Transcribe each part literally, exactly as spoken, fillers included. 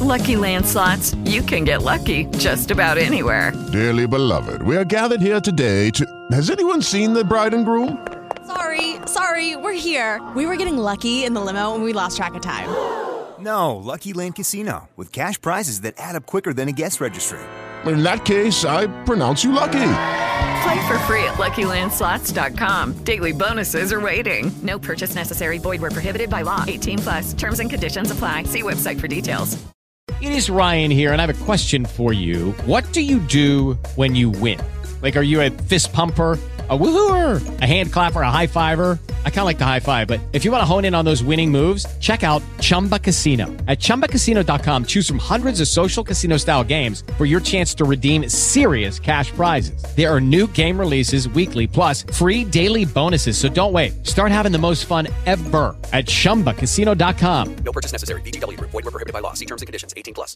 Lucky Land Slots, you can get lucky just about anywhere. Dearly beloved, we are gathered here today to... Has anyone seen the bride and groom? Sorry, sorry, we're here. We were getting lucky in the limo and we lost track of time. No, Lucky Land Casino, with cash prizes that add up quicker than a guest registry. In that case, I pronounce you lucky. Play for free at Lucky Land Slots dot com. Daily bonuses are waiting. No purchase necessary. Void where prohibited by law. eighteen plus. Terms and conditions apply. See website for details. It is Ryan here, and I have a question for you. What do you do when you win? Like, are you a fist pumper, a woohooer, a hand clapper, a high fiver? I kind of like the high five, but if you want to hone in on those winning moves, check out Chumba Casino. At chumba casino dot com, choose from hundreds of social casino style games for your chance to redeem serious cash prizes. There are new game releases weekly, plus free daily bonuses. So don't wait. Start having the most fun ever at chumba casino dot com. No purchase necessary. V G W. Void where prohibited by law. See terms and conditions. eighteen plus.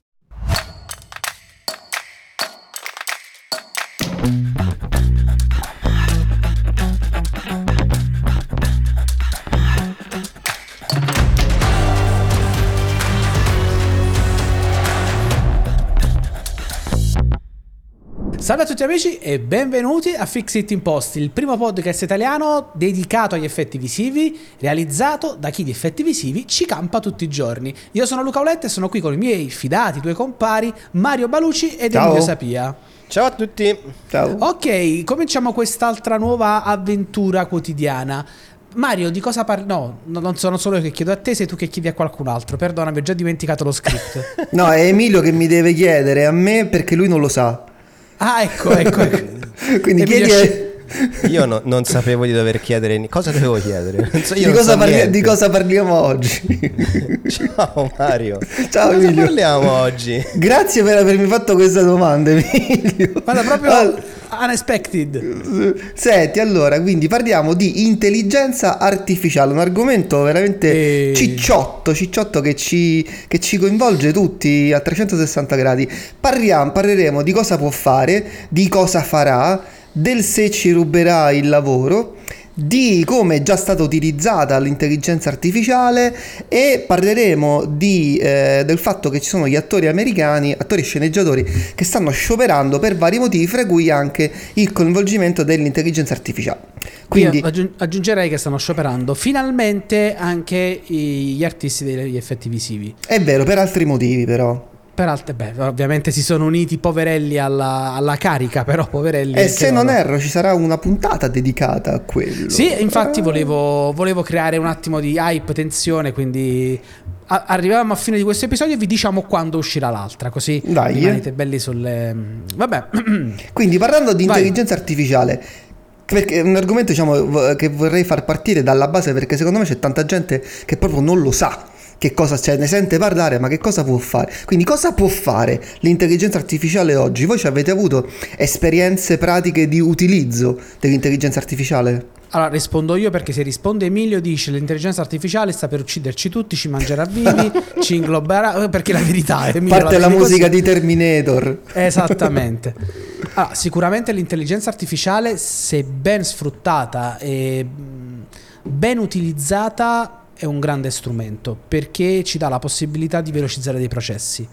Salve a tutti amici e benvenuti a Fix It Imposti, il primo podcast italiano dedicato agli effetti visivi, realizzato da chi di effetti visivi ci campa tutti i giorni. Io sono Luca Auletta e sono qui con i miei fidati due compari Mario Baluci ed Ciao. Emilio Sapia. Ciao a tutti. Ciao. Ok, cominciamo quest'altra nuova avventura quotidiana. Mario, di cosa parli? No, non sono solo io che chiedo a te, sei tu che chiedi a qualcun altro. Perdonami, ho già dimenticato lo script. No, è Emilio che mi deve chiedere a me perché lui non lo sa. Ah, ecco, ecco, ecco. Quindi Emilio chiedi sc- Io no, non sapevo di dover chiedere. Cosa dovevo chiedere? Non so, io di, non cosa so parli- niente. di cosa parliamo oggi? Ciao Mario. Ciao di cosa Emilio. parliamo oggi? Grazie per avermi fatto questa domanda, Emilio. Guarda, proprio Allora, unexpected. Senti, allora, quindi parliamo di intelligenza artificiale, un argomento veramente E- cicciotto, cicciotto che ci, che ci coinvolge tutti a trecentosessanta gradi. Parliamo, parleremo di cosa può fare, di cosa farà, del se ci ruberà il lavoro, di come è già stata utilizzata l'intelligenza artificiale e parleremo di, eh, del fatto che ci sono gli attori americani, attori e sceneggiatori che stanno scioperando per vari motivi, fra cui anche il coinvolgimento dell'intelligenza artificiale. Quindi Io aggiung- aggiungerei che stanno scioperando finalmente anche i- gli artisti degli effetti visivi. è vero, per altri motivi però. Peraltro, beh, ovviamente si sono uniti poverelli alla, alla carica, però poverelli. E anche se non loro. erro ci sarà una puntata dedicata a quello. Sì, infatti Ah. volevo, volevo creare un attimo di hype, tensione, quindi a- arriviamo a fine di questo episodio e vi diciamo quando uscirà l'altra, così Dai, rimanete belli sulle... Vabbè. Quindi parlando di Vai. intelligenza artificiale, perché è un argomento diciamo v- che vorrei far partire dalla base, perché secondo me c'è tanta gente che proprio non lo sa che cosa, cioè ne sente parlare, ma che cosa può fare. Quindi cosa può fare l'intelligenza artificiale oggi? Voi ci avete avuto esperienze pratiche di utilizzo dell'intelligenza artificiale? Allora rispondo io, perché se risponde Emilio dice l'intelligenza artificiale sta per ucciderci tutti, ci mangerà vivi, ci ingloberà, perché la verità è Emilio, Parte la vedi musica così? di Terminator. Esattamente. Allora, sicuramente l'intelligenza artificiale, se ben sfruttata e mh, ben utilizzata, è un grande strumento, perché ci dà la possibilità di velocizzare dei processi.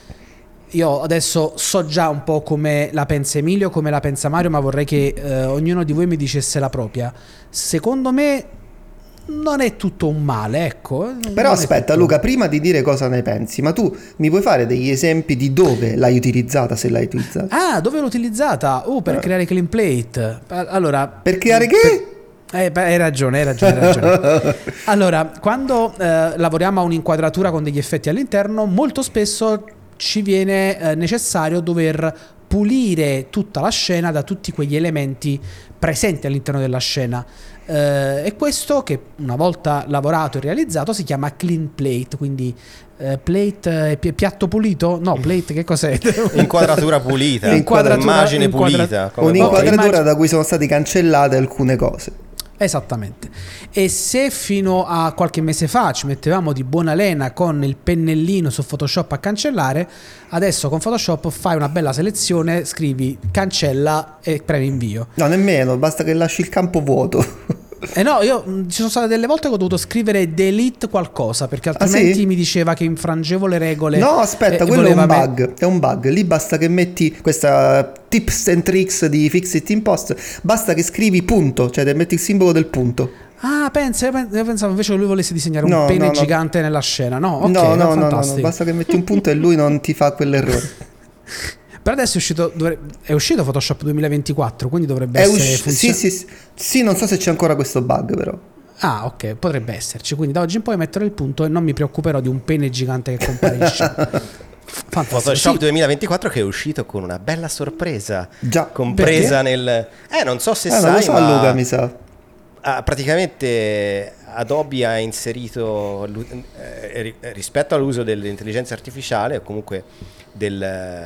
Io adesso so già un po' come la pensa Emilio, come la pensa Mario, ma vorrei che eh, ognuno di voi mi dicesse la propria. Secondo me non è tutto un male, ecco. Però Non è aspetta tutto- Luca, prima di dire cosa ne pensi, ma tu mi puoi fare degli esempi di dove l'hai utilizzata, se l'hai utilizzata? Ah, dove l'ho utilizzata? Uh, per Eh. creare clean plate. Allora, Per creare che? Eh, beh, hai ragione, hai ragione, hai ragione. Allora, quando eh, lavoriamo a un'inquadratura con degli effetti all'interno, molto spesso ci viene eh, necessario dover pulire tutta la scena da tutti quegli elementi presenti all'interno della scena. Eh, e questo, che una volta lavorato e realizzato, si chiama clean plate, quindi eh, plate è pi- piatto pulito? No, plate che cos'è? Inquadratura pulita. Inquadratura- Immagine inquadra- pulita. come Un'inquadratura Ok, immagino- da cui sono state cancellate alcune cose. Esattamente. E se fino a qualche mese fa ci mettevamo di buona lena con il pennellino su Photoshop a cancellare, adesso con Photoshop fai una bella selezione, scrivi cancella e premi invio. No, nemmeno, basta che lasci il campo vuoto. Eh no, io mh, ci sono state delle volte che ho dovuto scrivere delete qualcosa perché altrimenti Ah, sì? mi diceva che infrangevo le regole. No, aspetta, e- e quello è un voleva me- bug. È un bug. Lì basta che metti questa tips and tricks di Fix It in Post. Basta che scrivi punto, cioè te metti il simbolo del punto. Ah, pensa, io pen- io pensavo invece che lui volesse disegnare No, un pene no, no. gigante nella scena. No, ok, no, no, no, no, no, fantastico. basta che metti un punto e lui non ti fa quell'errore. Per adesso è uscito, dovre- è uscito Photoshop duemilaventiquattro, quindi dovrebbe È essere usci- funzio- sì, sì, sì, sì, non so se c'è ancora questo bug, però. Ah, ok, potrebbe esserci. Quindi da oggi in poi metterò il punto e non mi preoccuperò di un pene gigante che comparisce. Fantastico. Photoshop Sì. duemilaventiquattro che è uscito con una bella sorpresa. Già. Compresa Perché? nel... Eh, non so se Eh, non sai, lo so, ma... Luca, mi sa. Ah, praticamente Adobe ha inserito l'u- eh, ri- rispetto all'uso dell'intelligenza artificiale o comunque del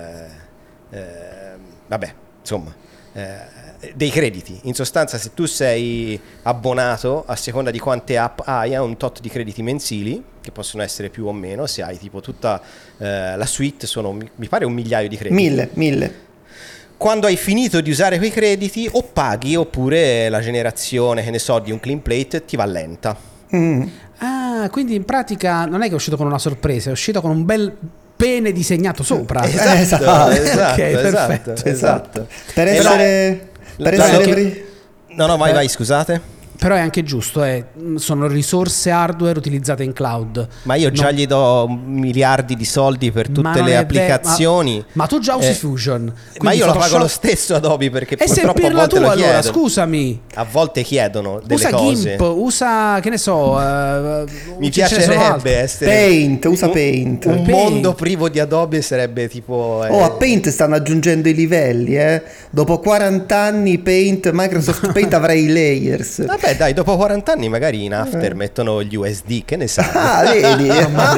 eh, vabbè, insomma, eh, dei crediti. In sostanza, se tu sei abbonato, a seconda di quante app hai, ha un tot di crediti mensili che possono essere più o meno. Se hai tipo tutta eh, la suite, sono mi mi pare un migliaio di crediti. Mille, mille. Quando hai finito di usare quei crediti, o paghi oppure la generazione, che ne so, di un clean plate ti va lenta. Mm. Ah, quindi in pratica non è che è uscito con una sorpresa, è uscito con un bel pene disegnato sopra. Esatto, esatto. esatto, Ok, esatto, perfetto. esatto. Per Però- essere... Per la- essere... la- pre- No, no, vai, Eh. vai, scusate. Però è anche giusto, eh, sono risorse hardware utilizzate in cloud. Ma io già Non- gli do miliardi di soldi per Ma tutte non le è ve- applicazioni. Ma, ma tu già usi Eh, Fusion. Ma quindi io lo Photoshop- pago lo stesso Adobe perché E se purtroppo a per la volte tua lo allora, chiedono. scusami. A volte chiedono delle Usa cose. GIMP, usa, che ne so, eh, Mi ce ne sono piacerebbe altre. essere Paint, usa un- Paint. Un Paint. mondo privo di Adobe sarebbe tipo eh, Oh, a Paint stanno aggiungendo i livelli, eh. Dopo quaranta anni Paint, Microsoft Paint avrà i layers. Vabbè, dai, dopo quaranta anni magari in After mettono gli U S D, che ne sai. Ah, vedi?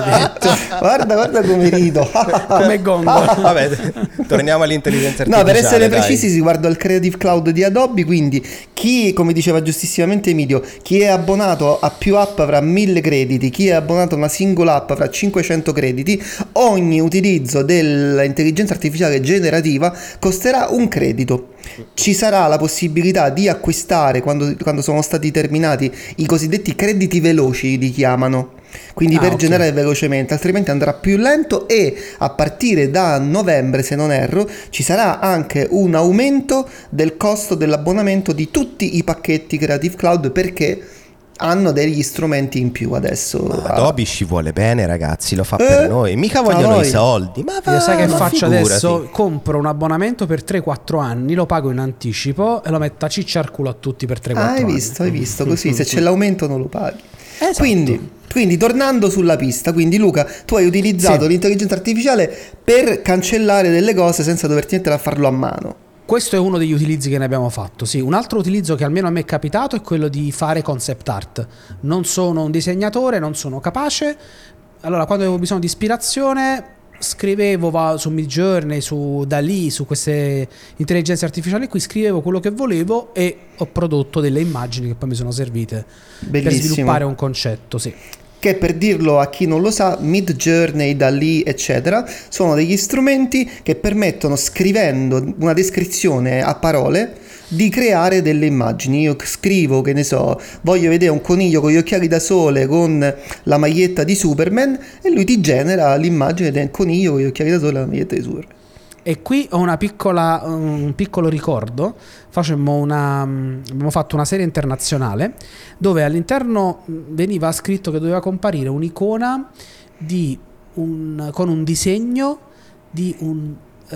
guarda, guarda come rido. Come gongo. Vabbè, torniamo all'intelligenza artificiale. No, per essere dai. precisi riguardo al Creative Cloud di Adobe, quindi chi, come diceva giustissimamente Emilio, chi è abbonato a più app avrà mille crediti, chi è abbonato a una singola app avrà cinquecento crediti, ogni utilizzo dell'intelligenza artificiale generativa costerà un credito. Ci sarà la possibilità di acquistare, quando, quando sono stati terminati, i cosiddetti crediti veloci, li chiamano. Quindi Ah, per ok. generare velocemente, altrimenti andrà più lento, e a partire da novembre, se non erro, ci sarà anche un aumento del costo dell'abbonamento di tutti i pacchetti Creative Cloud, perché hanno degli strumenti in più adesso. Ma Adobe ci vuole bene, ragazzi, lo fa Eh? per noi. Mica A vogliono noi. i soldi. Ma va, Io sai che ma faccio figurati. adesso? Compro un abbonamento per tre quattro anni, lo pago in anticipo e lo metto a ciccia al culo a tutti per tre quattro Ah, hai anni. visto, hai visto, così se c'è l'aumento non lo paghi. Esatto. Quindi, quindi tornando sulla pista, quindi Luca, tu hai utilizzato Sì. l'intelligenza artificiale per cancellare delle cose senza doverti mettere a farlo a mano. Questo è uno degli utilizzi che ne abbiamo fatto. Sì, un altro utilizzo che almeno a me è capitato è quello di fare concept art. Non sono un disegnatore, non sono capace. Allora, quando avevo bisogno di ispirazione, scrivevo va, su Midjourney, su Dalì, su queste intelligenze artificiali qui, scrivevo quello che volevo e ho prodotto delle immagini che poi mi sono servite per Bellissimo. sviluppare un concetto, sì. Che, per dirlo a chi non lo sa, Midjourney, Dalì, eccetera, sono degli strumenti che permettono, scrivendo una descrizione a parole, di creare delle immagini. Io scrivo, che ne so, voglio vedere un coniglio con gli occhiali da sole con la maglietta di Superman, e lui ti genera l'immagine del coniglio con gli occhiali da sole e la maglietta di Superman. E qui ho una piccola, un piccolo ricordo. Facemmo una, abbiamo fatto una serie internazionale dove all'interno veniva scritto che doveva comparire un'icona di un, con un disegno di un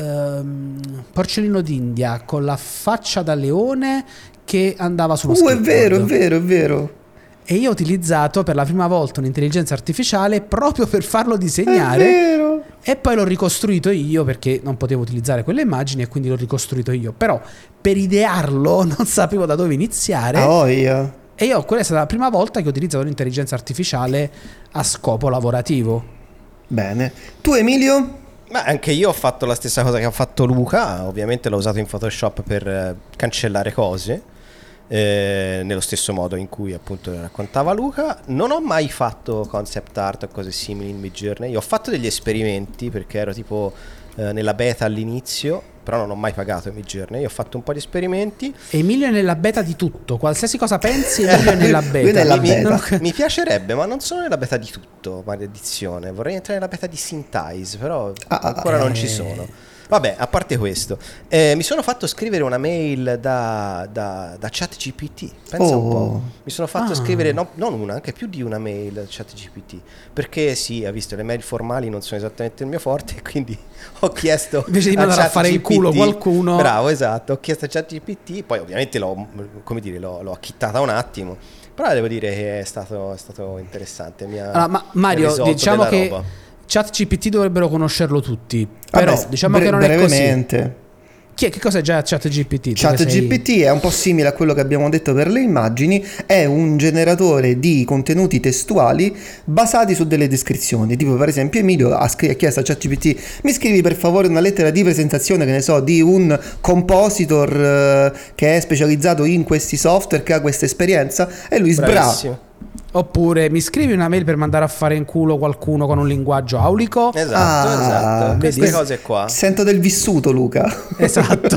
um, porcellino d'India con la faccia da leone che andava su uno Uh, è skateboard. vero, è vero, è vero. E io ho utilizzato per la prima volta un'intelligenza artificiale proprio per farlo È disegnare. vero. E poi l'ho ricostruito io perché non potevo utilizzare quelle immagini e quindi l'ho ricostruito io. Però per idearlo non sapevo da dove iniziare. Ah, oh, yeah. E io, quella è stata la prima volta che ho utilizzato l'intelligenza artificiale a scopo lavorativo. Bene. Tu, Emilio? Ma anche io ho fatto la stessa cosa che ha fatto Luca. Ovviamente l'ho usato in Photoshop per eh, cancellare cose, eh, nello stesso modo in cui appunto raccontava Luca. Non ho mai fatto concept art o cose simili in Midjourney. Io ho fatto degli esperimenti perché ero tipo eh, nella beta all'inizio però non ho mai pagato Midjourney. Io ho fatto un po' di esperimenti. Emilio è nella beta di tutto, qualsiasi cosa pensi Emilio è nella beta. Lui nella mi, beta. mi- mi piacerebbe, ma non sono nella beta di tutto, maledizione. Vorrei entrare nella beta di Synthise, però Ah, ancora non eh. ci sono. Vabbè, a parte questo, eh, mi sono fatto scrivere una mail da, da, da ChatGPT. Pensa un Oh. po'. Mi sono fatto Ah. scrivere no, non una, anche più di una mail da ChatGPT. Perché sì, ha visto, le mail formali non sono esattamente il mio forte, quindi ho chiesto Invece di a mandare a fare il ChatGPT culo qualcuno. Bravo, esatto. Ho chiesto a ChatGPT, poi ovviamente l'ho, come dire, l'ho, l'ho acchittata un attimo. Però devo dire che è stato, è stato interessante. Mi ha, Allora, ma mi ha Mario, risolto diciamo della che roba. ChatGPT dovrebbero conoscerlo tutti, però Vabbè, diciamo bre- che non è così. brevemente. Chi è, che cosa è già ChatGPT? Tu che sei- ChatGPT è un po' simile a quello che abbiamo detto per le immagini, è un generatore di contenuti testuali basati su delle descrizioni. Tipo, per esempio, Emilio ha, scri- ha chiesto a ChatGPT: mi scrivi per favore una lettera di presentazione, che ne so, di un compositor eh, che è specializzato in questi software, che ha questa esperienza, e lui sbra. Bravissimo. Oppure mi scrivi una mail per mandare a fare in culo qualcuno con un linguaggio aulico. Esatto, Ah, esatto. Queste vedi? cose qua. Sento del vissuto, Luca. Esatto.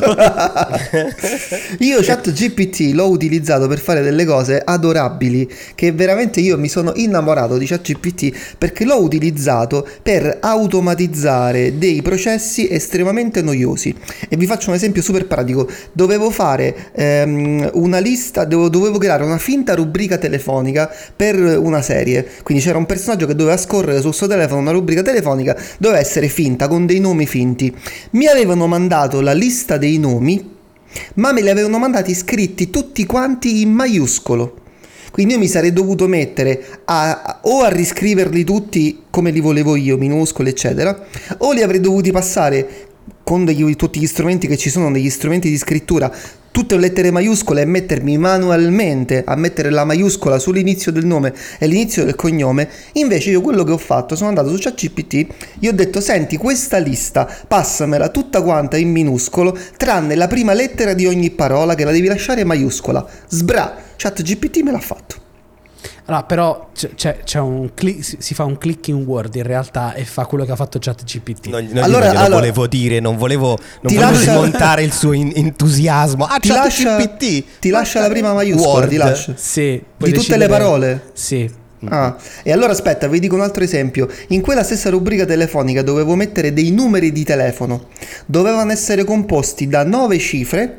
Io ChatGPT l'ho utilizzato per fare delle cose adorabili, che veramente io mi sono innamorato di ChatGPT, perché l'ho utilizzato per automatizzare dei processi estremamente noiosi. E vi faccio un esempio super pratico. Dovevo fare ehm, una lista, dovevo, dovevo creare una finta rubrica telefonica per una serie. Quindi c'era un personaggio che doveva scorrere sul suo telefono una rubrica telefonica, doveva essere finta, con dei nomi finti. Mi avevano mandato la lista dei nomi, ma me li avevano mandati scritti tutti quanti in maiuscolo. Quindi io mi sarei dovuto mettere a, a- o a riscriverli tutti come li volevo io, minuscoli eccetera, o li avrei dovuti passare con degli- tutti gli strumenti che ci sono, degli strumenti di scrittura, tutte lettere maiuscole, e mettermi manualmente a mettere la maiuscola sull'inizio del nome e l'inizio del cognome. Invece io quello che ho fatto, sono andato su ChatGPT, gli ho detto: senti, questa lista passamela tutta quanta in minuscolo tranne la prima lettera di ogni parola, che la devi lasciare maiuscola. Sbra, ChatGPT me l'ha fatto. Allora, però c'è, c'è- c'è un click, si si fa un click in Word in realtà e fa quello che ha fatto ChatGPT. Non, non Allora- glielo allora- volevo dire, non volevo, non Ti volevo lascia- smontare il suo in- entusiasmo. Ah, Ti lascia, ChatGPT. ti lascia la prima maiuscola, Word. ti lascia. Sì, puoi Di tutte decidere- le parole? Sì. Ah, e allora aspetta, vi dico un altro esempio. In quella stessa rubrica telefonica dovevo mettere dei numeri di telefono. Dovevano essere composti da nove cifre,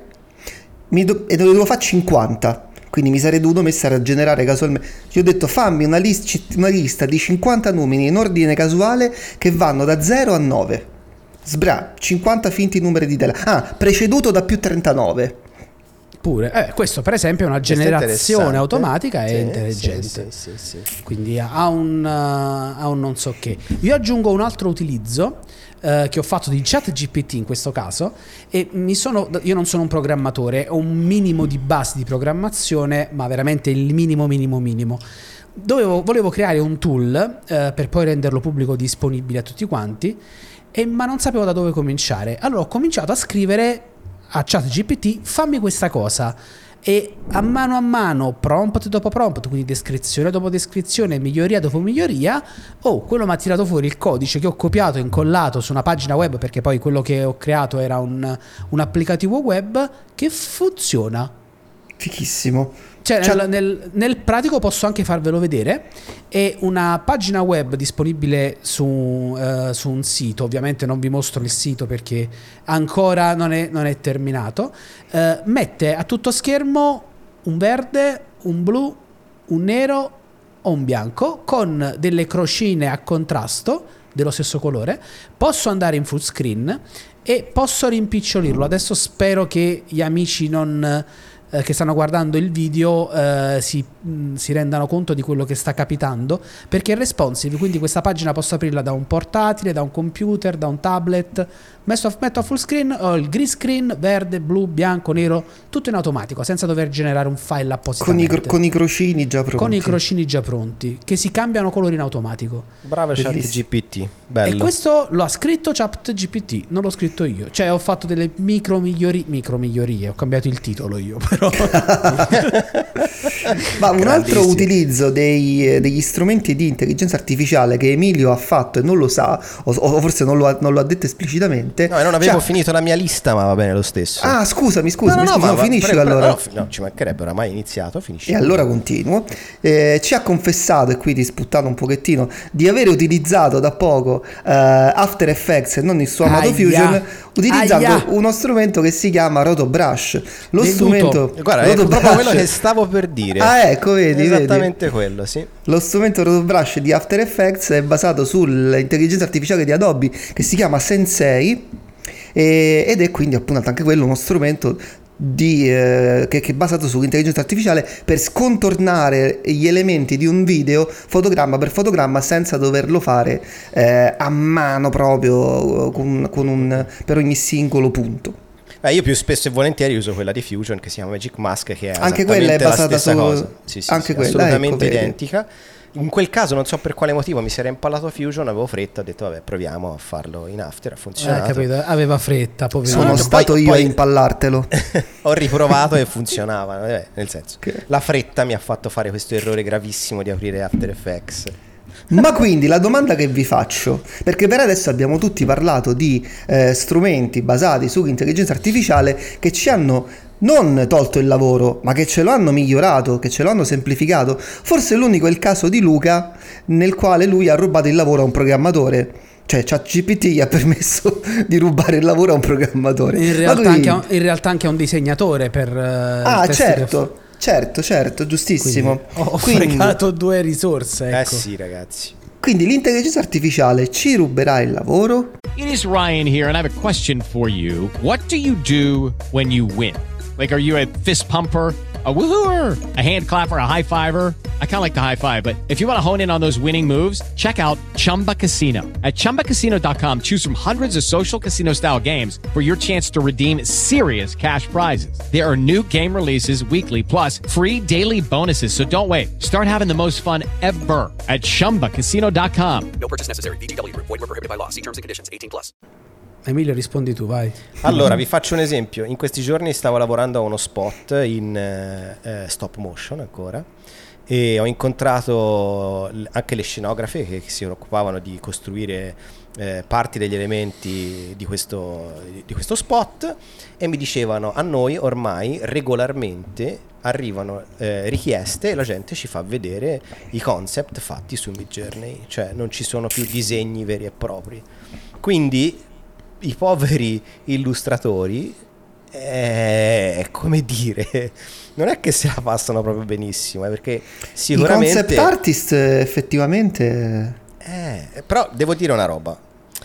mi do- e ne dovevo fare cinquanta. Quindi mi sarei dovuto mettere a generare casualmente. Gli ho detto: fammi una, lis- una lista di cinquanta numeri in ordine casuale che vanno da zero a nove. Sbra, cinquanta finti numeri di telefono. Ah, preceduto da più trentanove. Pure. Eh, questo per esempio è una Questo è generazione interessante. automatica e Sì, intelligente. sì, sì, sì, sì. Quindi ha un, uh, ha un non so che. Io aggiungo un altro utilizzo uh, che ho fatto di ChatGPT in questo caso, e mi sono, io non sono un programmatore, ho un minimo di base di programmazione, ma veramente il minimo minimo minimo. Dovevo, volevo creare un tool uh, per poi renderlo pubblico, disponibile a tutti quanti, e, ma non sapevo da dove cominciare. Allora ho cominciato a scrivere a ChatGPT: fammi questa cosa, e a mano a mano, prompt dopo prompt, quindi descrizione dopo descrizione, miglioria dopo miglioria, oh, quello mi ha tirato fuori il codice che ho copiato e incollato su una pagina web, perché poi quello che ho creato era un, un applicativo web che funziona. Fichissimo. Cioè, Cioè- nel, nel- nel pratico posso anche farvelo vedere. È una pagina web disponibile su, eh, su un sito. Ovviamente non vi mostro il sito perché ancora non è, non è terminato. Eh, mette a tutto schermo un verde, un blu, un nero o un bianco con delle crocine a contrasto dello stesso colore. Posso andare in full screen e posso rimpicciolirlo. Adesso spero che gli amici non... eh, che stanno guardando il video eh, si, mh, si rendano conto di quello che sta capitando, perché è responsive, quindi questa pagina posso aprirla da un portatile, da un computer, da un tablet. Messo a, metto a full screen, ho il green screen, verde, blu, bianco, nero, tutto in automatico, senza dover generare un file Con i, appositamente, cro- con i crocini già pronti. con i crocini già pronti che si cambiano colore in automatico. Bravo ChatGPT, bello. E questo lo ha scritto ChatGPT, non l'ho scritto io. Cioè ho fatto delle micro migliorie, micro migliorie, ho cambiato il titolo io, però lavoro. Ma un altro utilizzo dei, degli strumenti di intelligenza artificiale che Emilio ha fatto e non lo sa, o, o forse non lo, ha, non lo ha detto esplicitamente. No, non avevo cioè, finito la mia lista, ma va bene lo stesso. Ah, scusami, scusami, no, no, scusa, no, no, ma finisci pre- pre- allora. No, no, ci mancherebbe, oramai è iniziato, finisci. E allora continuo. Eh, ci ha confessato, e qui ti sputtano un pochettino, di aver utilizzato da poco eh, After Effects e non il suo amato Aia. Fusion, utilizzando Aia. uno strumento che si chiama Rotobrush. Lo Venduto. strumento Guarda, è Rotobrush. proprio quello che stavo per dire. Ah, ecco, vedi, Esattamente vedi. quello, sì. Lo strumento Rotobrush di After Effects è basato sull'intelligenza artificiale di Adobe che si chiama Sensei, e, ed è quindi appunto anche quello uno strumento di, eh, che, che è basato sull'intelligenza artificiale per scontornare gli elementi di un video fotogramma per fotogramma senza doverlo fare eh, a mano proprio con, con un, per ogni singolo punto. Eh, io più spesso e volentieri uso quella di Fusion che si chiama Magic Mask, che è Anche esattamente quella è basata la stessa su- cosa. Sì, sì, anche sì, quella, assolutamente ecco, vedi. identica. In quel caso non so per quale motivo mi si era impallato Fusion, avevo fretta, ho detto vabbè proviamo a farlo in After, ha Eh, funzionato. capito? Aveva fretta, poverino. Sono Poi- stato io poi- a impallartelo. Ho riprovato e funzionava, eh, nel senso Che- la fretta mi ha fatto fare questo errore gravissimo di aprire After Effects. Ma quindi la domanda che vi faccio, perché per adesso abbiamo tutti parlato di eh, strumenti basati sull'intelligenza artificiale che ci hanno non tolto il lavoro, ma che ce lo hanno migliorato, che ce lo hanno semplificato. Forse l'unico è il caso di Luca, nel quale lui ha rubato il lavoro a un programmatore. Cioè ChatGPT gli ha permesso di rubare il lavoro a un programmatore. In Ma realtà, lui- anche a, in realtà anche a un disegnatore per eh, Ah, testi certo, certo, certo, giustissimo. Quindi ho Quindi- fregato due risorse, ecco. Eh sì ragazzi. Quindi l'intelligenza artificiale ci ruberà il lavoro? It is Ryan here, and I have a question for you. What do you do when you win? Like, are you a fist pumper, a woohooer, a hand clapper, a high fiver? I kind of like the high five, but if you want to hone in on those winning moves, check out Chumba Casino. At chumba casino dot com, choose from hundreds of social casino style games for your chance to redeem serious cash prizes. There are new game releases weekly, plus free daily bonuses. So don't wait. Start having the most fun ever at chumba casino dot com. No purchase necessary. V G W Group. Void where prohibited by law. See terms and conditions. eighteen plus. Emilio, rispondi tu, vai. Allora, vi faccio un esempio. In questi giorni stavo lavorando a uno spot in eh, eh, stop motion ancora, e ho incontrato l- anche le scenografe che, che si occupavano di costruire eh, parti degli elementi di questo, di questo spot, e mi dicevano: a noi ormai regolarmente arrivano eh, richieste e la gente ci fa vedere i concept fatti su Midjourney, cioè non ci sono più disegni veri e propri. Quindi i poveri illustratori, eh, come dire, non è che se la passano proprio benissimo, eh, perché sicuramente... I concept artist effettivamente... Eh, però devo dire una roba.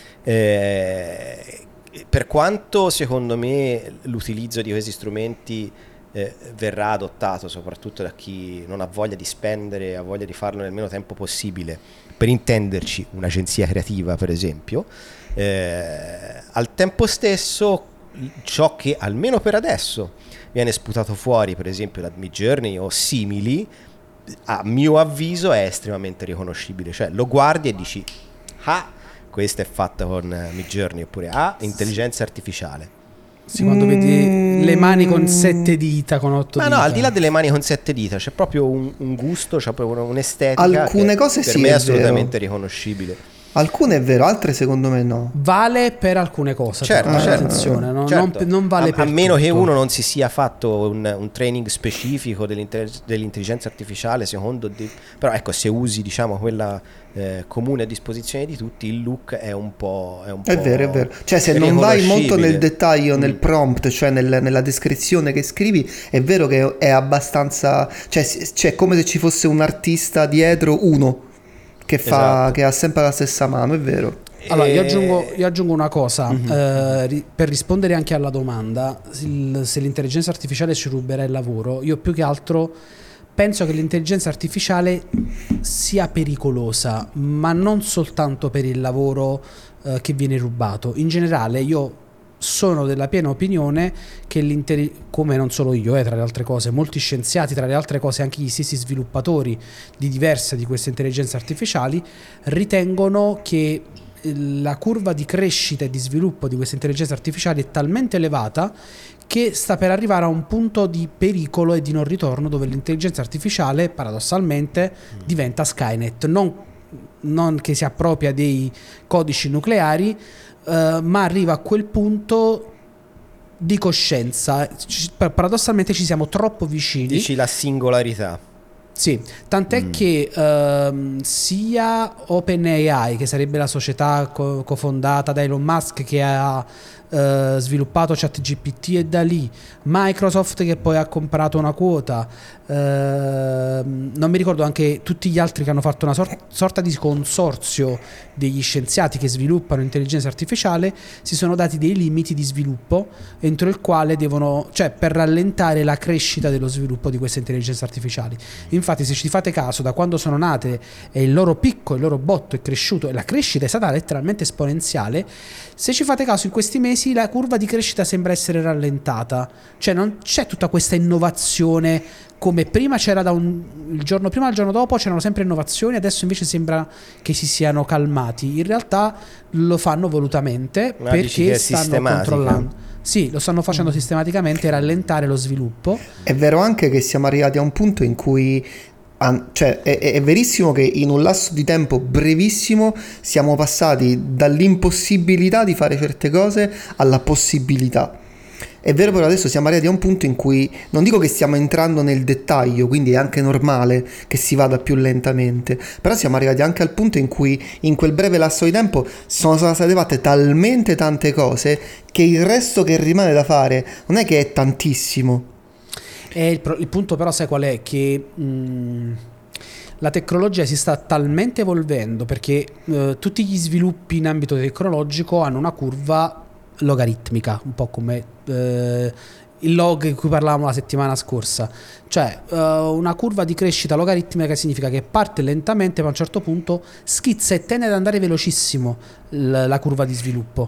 Eh, per quanto secondo me l'utilizzo di questi strumenti eh, verrà adottato soprattutto da chi non ha voglia di spendere, ha voglia di farlo nel meno tempo possibile, per intenderci un'agenzia creativa per esempio, eh, al tempo stesso ciò che almeno per adesso viene sputato fuori, per esempio da Midjourney o simili, a mio avviso è estremamente riconoscibile. Cioè lo guardi e dici: ah, questa è fatta con Midjourney, oppure ah, intelligenza artificiale. Sì, quando vedi le mani con sette dita, con otto Ma dita. no, al di là delle mani con sette dita c'è proprio un, un gusto, c'è proprio un'estetica Alcune che cose per sì, me è è assolutamente vero. riconoscibile. Alcune è vero, altre secondo me no. Vale per alcune cose, Certo, però, certo. attenzione, no? Certo. non, non vale a, per a meno tutto. che uno non si sia fatto un, un training specifico dell'intellig- dell'intelligenza artificiale, secondo di, però ecco, se usi diciamo quella eh, comune a disposizione di tutti, il look è un po' è, un È po' vero, è vero. Cioè se non vai molto nel riconoscibile. dettaglio, nel Mm. prompt, cioè nel- nella descrizione che scrivi, è vero che è abbastanza... Cioè s- c'è come se ci fosse un artista dietro, uno, che fa Esatto. che ha sempre la stessa mano, è vero. Allora, io E- aggiungo, io aggiungo una cosa, Mhm. eh, ri- per rispondere anche alla domanda, il- se l'intelligenza artificiale ci ruberà il lavoro, io più che altro penso che l'intelligenza artificiale sia pericolosa, ma non soltanto per il lavoro eh, che viene rubato. In generale, io sono della piena opinione che l'intelli- come non solo io, eh, tra le altre cose, molti scienziati, tra le altre cose anche gli stessi sviluppatori di diverse di queste intelligenze artificiali, ritengono che la curva di crescita e di sviluppo di queste intelligenze artificiali è talmente elevata che sta per arrivare a un punto di pericolo e di non ritorno, dove l'intelligenza artificiale paradossalmente diventa Skynet, non, non che si appropria dei codici nucleari, eh, ma arriva a quel punto di coscienza. Paradossalmente ci siamo troppo vicini. Dici la singolarità. Sì, tant'è mm. che ehm, sia OpenAI, che sarebbe la società co- cofondata da Elon Musk, che ha eh, sviluppato ChatGPT, e da lì Microsoft, che poi ha comprato una quota, ehm, non mi ricordo, anche tutti gli altri che hanno fatto una sor- sorta di consorzio degli scienziati che sviluppano intelligenza artificiale, si sono dati dei limiti di sviluppo entro il quale devono, cioè per rallentare la crescita dello sviluppo di queste intelligenze artificiali. Infatti, se ci fate caso, da quando sono nate e il loro picco, il loro botto è cresciuto e la crescita è stata letteralmente esponenziale, se ci fate caso in questi mesi la curva di crescita sembra essere rallentata, cioè non c'è tutta questa innovazione come prima c'era, da un, il giorno prima al giorno dopo c'erano sempre innovazioni, adesso invece sembra che si siano calmati. In realtà lo fanno volutamente, ma perché stanno controllando. Sì, lo stanno facendo mm. sistematicamente, rallentare lo sviluppo. È vero anche che siamo arrivati a un punto in cui, cioè è, è verissimo che in un lasso di tempo brevissimo siamo passati dall'impossibilità di fare certe cose alla possibilità. È vero, però adesso siamo arrivati a un punto in cui, non dico che stiamo entrando nel dettaglio, quindi è anche normale che si vada più lentamente, però siamo arrivati anche al punto in cui in quel breve lasso di tempo sono state fatte talmente tante cose che il resto che rimane da fare non è che è tantissimo. E il, pro- il punto però sai qual è? Che mh, la tecnologia si sta talmente evolvendo, perché uh, tutti gli sviluppi in ambito tecnologico hanno una curva logaritmica, un po' come eh, il log di cui parlavamo la settimana scorsa, cioè uh, una curva di crescita logaritmica, che significa che parte lentamente ma a un certo punto schizza e tende ad andare velocissimo l- la curva di sviluppo.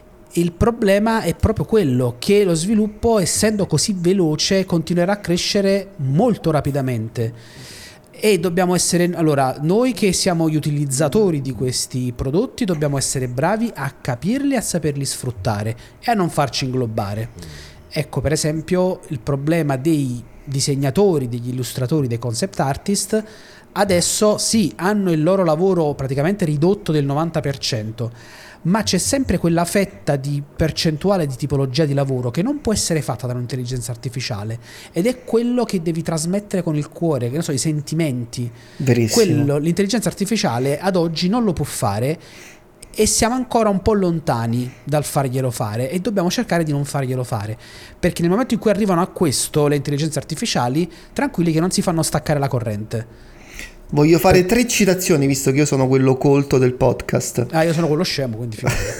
Il problema è proprio quello, che lo sviluppo, essendo così veloce, continuerà a crescere molto rapidamente. E dobbiamo essere, allora, noi che siamo gli utilizzatori di questi prodotti dobbiamo essere bravi a capirli, a saperli sfruttare e a non farci inglobare. Ecco, per esempio, il problema dei disegnatori, degli illustratori, dei concept artist, adesso sì, hanno il loro lavoro praticamente ridotto del novanta per cento, ma c'è sempre quella fetta di percentuale di tipologia di lavoro che non può essere fatta da un'intelligenza artificiale, ed è quello che devi trasmettere con il cuore, che ne so, i sentimenti. Verissimo. Quello l'intelligenza artificiale ad oggi non lo può fare, e siamo ancora un po' lontani dal farglielo fare, e dobbiamo cercare di non farglielo fare, perché nel momento in cui arrivano a questo le intelligenze artificiali, tranquilli che non si fanno staccare la corrente. Voglio fare tre citazioni, visto che io sono quello colto del podcast. Ah, io sono quello scemo, quindi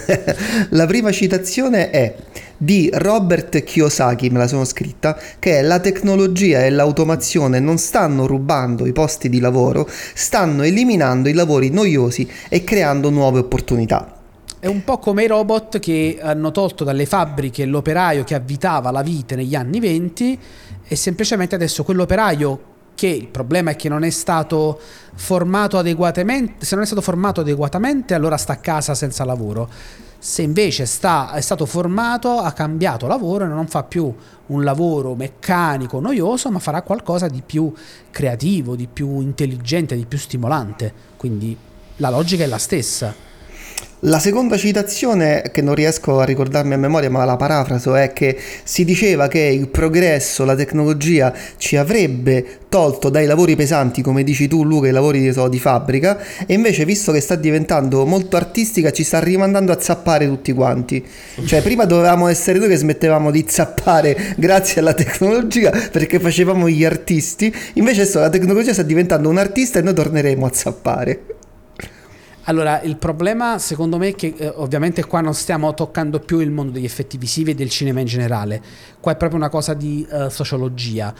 La prima citazione è di Robert Kiyosaki, me la sono scritta, che è: la tecnologia e l'automazione non stanno rubando i posti di lavoro, stanno eliminando i lavori noiosi e creando nuove opportunità. È un po' come i robot che hanno tolto dalle fabbriche l'operaio che avvitava la vite negli anni venti, e semplicemente adesso quell'operaio, che il problema è che non è stato formato adeguatamente, se non è stato formato adeguatamente allora sta a casa senza lavoro. Se invece sta, è stato formato, ha cambiato lavoro e non fa più un lavoro meccanico noioso, ma farà qualcosa di più creativo, di più intelligente, di più stimolante. Quindi la logica è la stessa. La seconda citazione, che non riesco a ricordarmi a memoria, ma la parafraso, è che si diceva che il progresso, la tecnologia ci avrebbe tolto dai lavori pesanti, come dici tu Luca, i lavori so, di fabbrica, e invece, visto che sta diventando molto artistica, ci sta rimandando a zappare tutti quanti. Cioè prima dovevamo essere noi che smettevamo di zappare grazie alla tecnologia, perché facevamo gli artisti, invece adesso la tecnologia sta diventando un artista e noi torneremo a zappare. Allora, il problema secondo me è che eh, ovviamente qua non stiamo toccando più il mondo degli effetti visivi e del cinema in generale. Qua è proprio una cosa di uh, sociologia.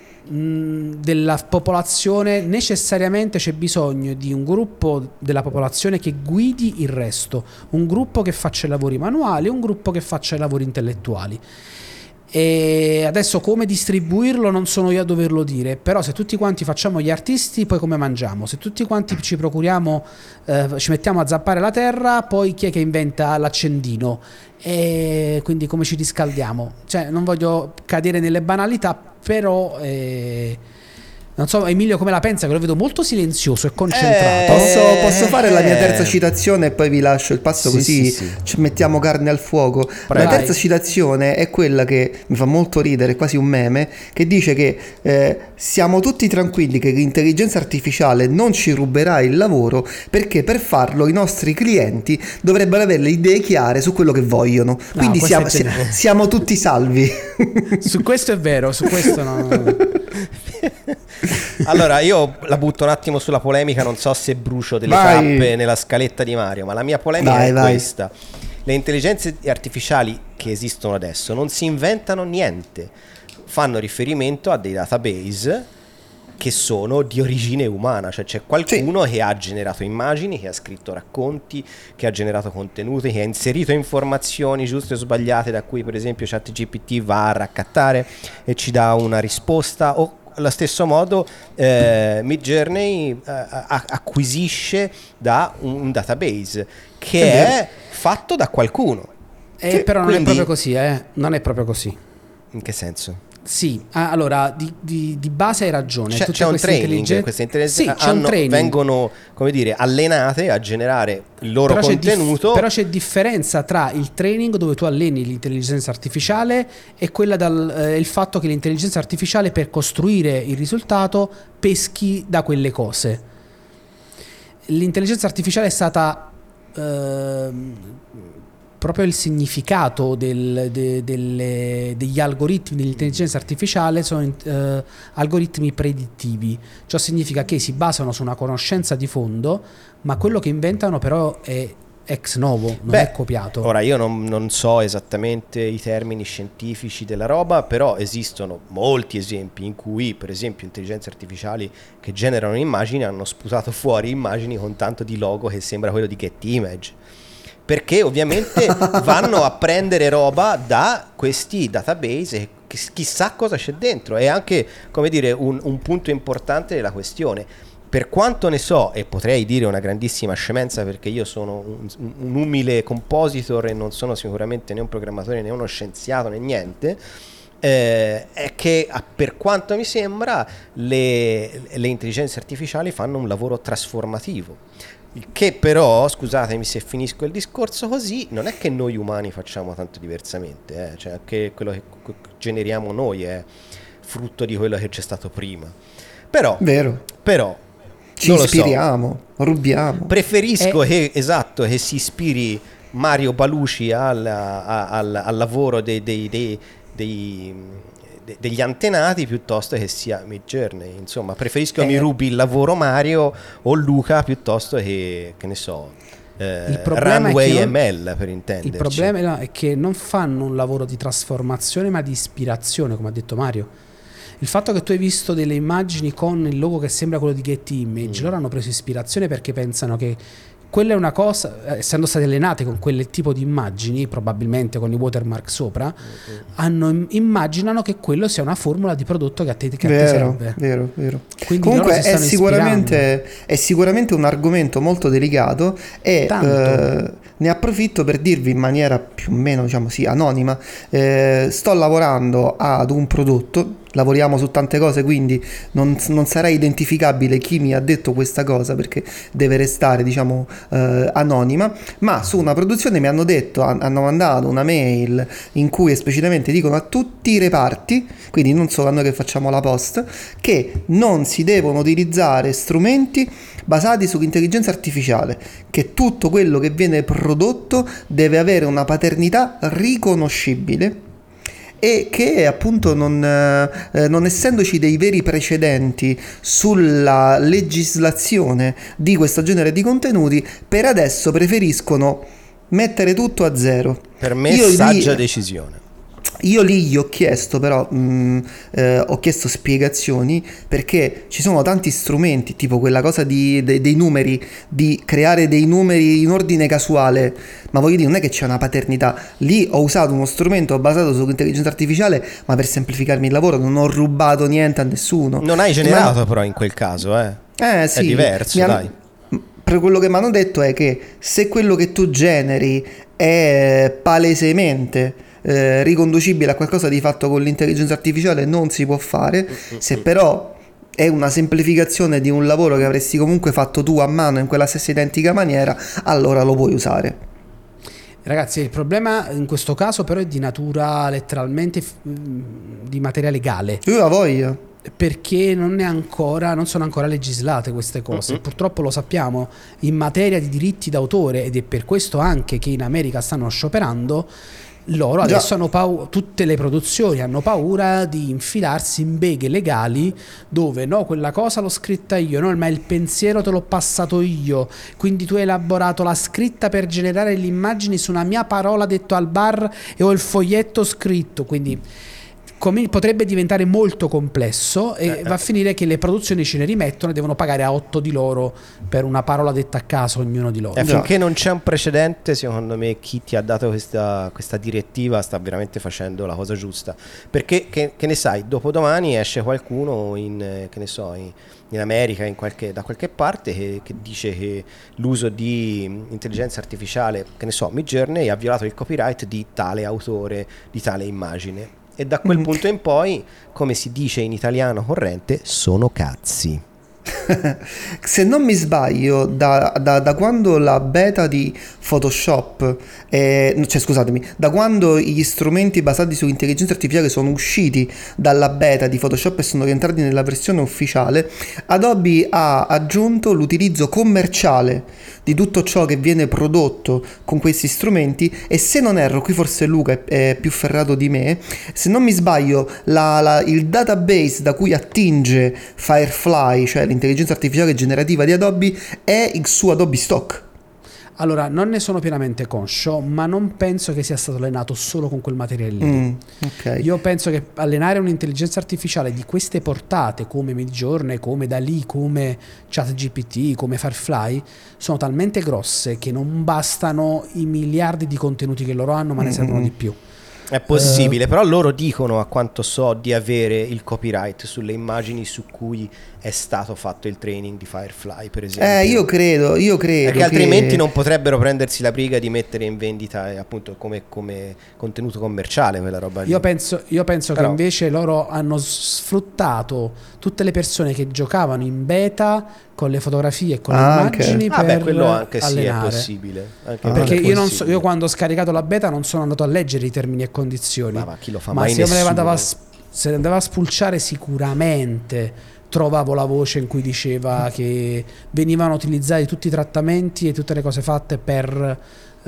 Mm, della popolazione. Necessariamente c'è bisogno di un gruppo della popolazione che guidi il resto, un gruppo che faccia i lavori manuali, un gruppo che faccia i lavori intellettuali. E adesso come distribuirlo non sono io a doverlo dire, però se tutti quanti facciamo gli artisti, poi come mangiamo? Se tutti quanti ci procuriamo, eh, ci mettiamo a zappare la terra, poi chi è che inventa l'accendino? E quindi come ci riscaldiamo? Cioè, non voglio cadere nelle banalità, però eh, non so Emilio come la pensa, che lo vedo molto silenzioso e concentrato. Eh, posso, posso fare la mia eh. terza citazione e poi vi lascio il passo, Sì, così sì, sì. ci mettiamo carne al fuoco. Prego. La terza Vai. citazione è quella che mi fa molto ridere, è quasi un meme, che dice che eh, siamo tutti tranquilli che l'intelligenza artificiale non ci ruberà il lavoro, perché per farlo i nostri clienti dovrebbero avere le idee chiare su quello che vogliono. Quindi questo siamo, è si- geniale. siamo tutti salvi. Su questo è vero, su questo no. Allora io la butto un attimo sulla polemica, non so se brucio delle Vai. tappe nella scaletta di Mario, ma la mia polemica Vai, è vai. questa: le intelligenze artificiali che esistono adesso non si inventano niente, fanno riferimento a dei database che sono di origine umana, cioè c'è qualcuno che ha generato immagini, che ha scritto racconti, che ha generato contenuti, che ha inserito informazioni giuste o sbagliate, da cui per esempio ChatGPT va a raccattare e ci dà una risposta, o allo stesso modo eh, Midjourney eh, a- acquisisce da un database che È vero. è fatto da qualcuno. Eh, però non è Quindi- proprio così, eh. Non è proprio così. In che senso? Sì, ah, allora di, di- di base hai ragione. C'è, Tutte c'è un queste training, intelligen- queste intelligenze Sì, c'è un hanno- training. vengono, come dire, allenate a generare il loro Però c'è, dif- contenuto. però c'è differenza tra il training, dove tu alleni l'intelligenza artificiale, e quella dal eh, il fatto che l'intelligenza artificiale, per costruire il risultato, peschi da quelle cose. L'intelligenza artificiale è stata ehm, proprio il significato del- de- delle- degli algoritmi dell'intelligenza artificiale sono eh, algoritmi predittivi. Ciò significa che si basano su una conoscenza di fondo, ma quello che inventano però è ex novo, non Beh, è copiato. Ora io non, non so esattamente i termini scientifici della roba, però esistono molti esempi in cui, per esempio, intelligenze artificiali che generano immagini hanno sputato fuori immagini con tanto di logo che sembra quello di Getty Image, perché ovviamente vanno a prendere roba da questi database e chi- chissà cosa c'è dentro. È anche, come dire, un, un punto importante della questione. Per quanto ne so, e potrei dire una grandissima scemenza perché io sono un, un umile compositor e non sono sicuramente né un programmatore né uno scienziato né niente, eh, è che ah, per quanto mi sembra le, le intelligenze artificiali fanno un lavoro trasformativo. Il che però, scusatemi se finisco il discorso così, non è che noi umani facciamo tanto diversamente, eh? Cioè anche quello che che generiamo noi è frutto di quello che c'è stato prima. Però, Vero. però Ci non lo so. ispiriamo, rubiamo. Preferisco Eh. che, esatto, che si ispiri Mario Baluci al, a- al- al lavoro dei, dei- dei- dei- de- degli antenati piuttosto che sia Midjourney. Insomma, preferisco Eh. mi rubi il lavoro Mario o Luca piuttosto che, che ne so, eh, Il problema è Runway che non- M L, per intenderci. Il problema è che non fanno un lavoro di trasformazione, ma di ispirazione, come ha detto Mario. Il fatto che tu hai visto delle immagini con il logo che sembra quello di Getty Image, Mm. loro hanno preso ispirazione perché pensano che quella è una cosa, eh, essendo state allenate con quel tipo di immagini, probabilmente con i watermark sopra, hanno, immaginano che quello sia una formula di prodotto che a te, che a te Vero, serve. vero, vero. Quindi Comunque loro si è stanno sicuramente, è sicuramente un argomento molto delicato e Tanto. eh, ne approfitto per dirvi in maniera più o meno, diciamo sì, anonima, eh, sto lavorando ad un prodotto, lavoriamo su tante cose, quindi non, non sarà identificabile chi mi ha detto questa cosa perché deve restare, diciamo, eh, anonima, ma su una produzione mi hanno detto, han- hanno mandato una mail in cui esplicitamente dicono a tutti i reparti, quindi non solo a noi che facciamo la post, che non si devono utilizzare strumenti basati sull'intelligenza artificiale, che tutto quello che viene prodotto deve avere una paternità riconoscibile e che appunto non, eh, non essendoci dei veri precedenti sulla legislazione di questo genere di contenuti, per adesso preferiscono mettere tutto a zero. Per me Io saggia lì- decisione. Io lì gli ho chiesto però, mh, eh, ho chiesto spiegazioni, perché ci sono tanti strumenti, tipo quella cosa di, de, dei numeri, di creare dei numeri in ordine casuale, ma voglio dire, non è che c'è una paternità. Lì ho usato uno strumento basato sull'intelligenza artificiale, ma per semplificarmi il lavoro, non ho rubato niente a nessuno. Non hai generato ma... però in quel caso, eh? Eh sì, è diverso, han... dai. Per quello che mi hanno detto è che se quello che tu generi è palesemente Eh, riconducibile a qualcosa di fatto con l'intelligenza artificiale non si può fare. Se però è una semplificazione di un lavoro che avresti comunque fatto tu a mano in quella stessa identica maniera, allora lo puoi usare. Ragazzi, il problema in questo caso però è di natura letteralmente f- di materia legale. Io la voglio. Perché non è ancora, non sono ancora legislate queste cose. Uh-huh. Purtroppo lo sappiamo in materia di diritti d'autore, ed è per questo anche che in America stanno scioperando. Loro adesso Già. hanno paura, tutte le produzioni hanno paura di infilarsi in beghe legali dove no, quella cosa l'ho scritta io, no, ma il pensiero te l'ho passato io, quindi tu hai elaborato la scritta per generare le immagini su una mia parola detto al bar e ho il foglietto scritto, quindi come potrebbe diventare molto complesso e eh, va a finire che le produzioni ce ne rimettono e devono pagare a otto di loro per una parola detta a caso ognuno di loro. E finché non c'è un precedente, secondo me chi ti ha dato questa, questa direttiva sta veramente facendo la cosa giusta, perché che, che ne sai, dopodomani esce qualcuno in, che ne so, in, in America, in qualche, da qualche parte che, che dice che l'uso di intelligenza artificiale, che ne so, Midjourney ha violato il copyright di tale autore, di tale immagine. E da quel punto in poi, come si dice in italiano corrente, sono cazzi. Se non mi sbaglio, da, da, da quando la beta di Photoshop, eh, cioè scusatemi, da quando gli strumenti basati su intelligenza artificiale sono usciti dalla beta di Photoshop e sono rientrati nella versione ufficiale, Adobe ha aggiunto l'utilizzo commerciale di tutto ciò che viene prodotto con questi strumenti. E se non erro, qui forse Luca è, è più ferrato di me, se non mi sbaglio la, la, il database da cui attinge Firefly, cioè l'intelligenza artificiale generativa di Adobe, è il suo Adobe Stock. Allora, non ne sono pienamente conscio, ma non penso che sia stato allenato solo con quel materiale lì. Mm, okay. Io penso che allenare un'intelligenza artificiale di queste portate, come Midjourney, come Dalì, come ChatGPT, come Firefly, sono talmente grosse che non bastano i miliardi di contenuti che loro hanno, ma ne mm-hmm. servono di più. È possibile, uh, però loro dicono, a quanto so, di avere il copyright sulle immagini su cui è stato fatto il training di Firefly, per esempio. Eh, io credo, io credo. Perché altrimenti che... non potrebbero prendersi la briga di mettere in vendita, eh, appunto, come, come contenuto commerciale quella roba lì. Io penso, io penso però... che invece loro hanno sfruttato tutte le persone che giocavano in beta con le fotografie e con ah, le immagini okay. per ah, beh, quello anche allenare. sì è possibile. Anche ah, perché è io possibile. non so, io quando ho scaricato la beta non sono andato a leggere i termini e condizioni. Ma, ma chi lo fa ma mai se io me nessuno. ne andavo a, se andava a spulciare sicuramente trovavo la voce in cui diceva che venivano utilizzati tutti i trattamenti e tutte le cose fatte per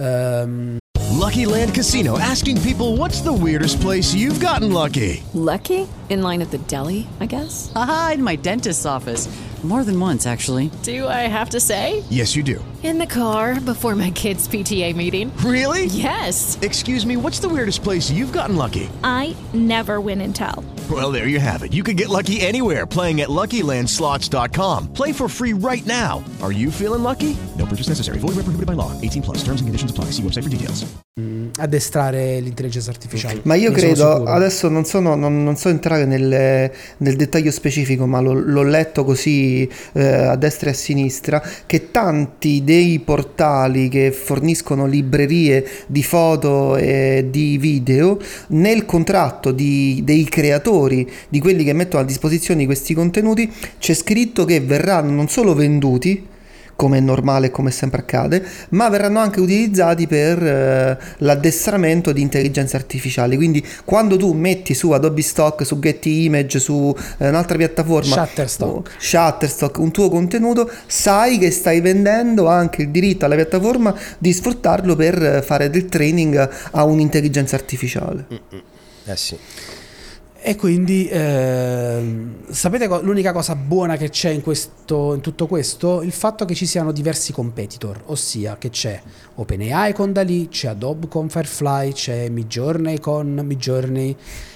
um... Lucky Land Casino, asking people, what's the weirdest place you've gotten lucky? Lucky? In line at the deli, I guess? Aha, in my dentist's office. More than once, actually. Do I have to say? Yes, you do. In the car before my kids' P T A meeting. Really? Yes. Excuse me, what's the weirdest place you've gotten lucky? I never win and tell. Well, there you have it. You can get lucky anywhere, playing at Lucky Land Slots dot com. Play for free right now. Are you feeling lucky? No purchase necessary. Void where prohibited by law. eighteen plus. Terms and conditions apply. See website for details. Mm, addestrare l'intelligenza artificiale. Ma io credo, adesso non, sono, non, non so entrare nel, nel dettaglio specifico, ma lo, l'ho letto così eh, a destra e a sinistra, che tanti dei portali che forniscono librerie di foto e di video, nel contratto di, dei creatori, di quelli che mettono a disposizione questi contenuti, c'è scritto che verranno non solo venduti, come è normale e come sempre accade, ma verranno anche utilizzati per eh, l'addestramento di intelligenze artificiali. Quindi quando tu metti su Adobe Stock, su Getty Image, su eh, un'altra piattaforma, Shutterstock. Shutterstock, un tuo contenuto, sai che stai vendendo anche il diritto alla piattaforma di sfruttarlo per fare del training a un'intelligenza artificiale. Mm-mm. Eh sì. E quindi ehm, sapete co- l'unica cosa buona che c'è in, questo, in tutto questo? Il fatto che ci siano diversi competitor, ossia che c'è OpenAI con Dalì, c'è Adobe con Firefly, c'è Midjourney con Midjourney.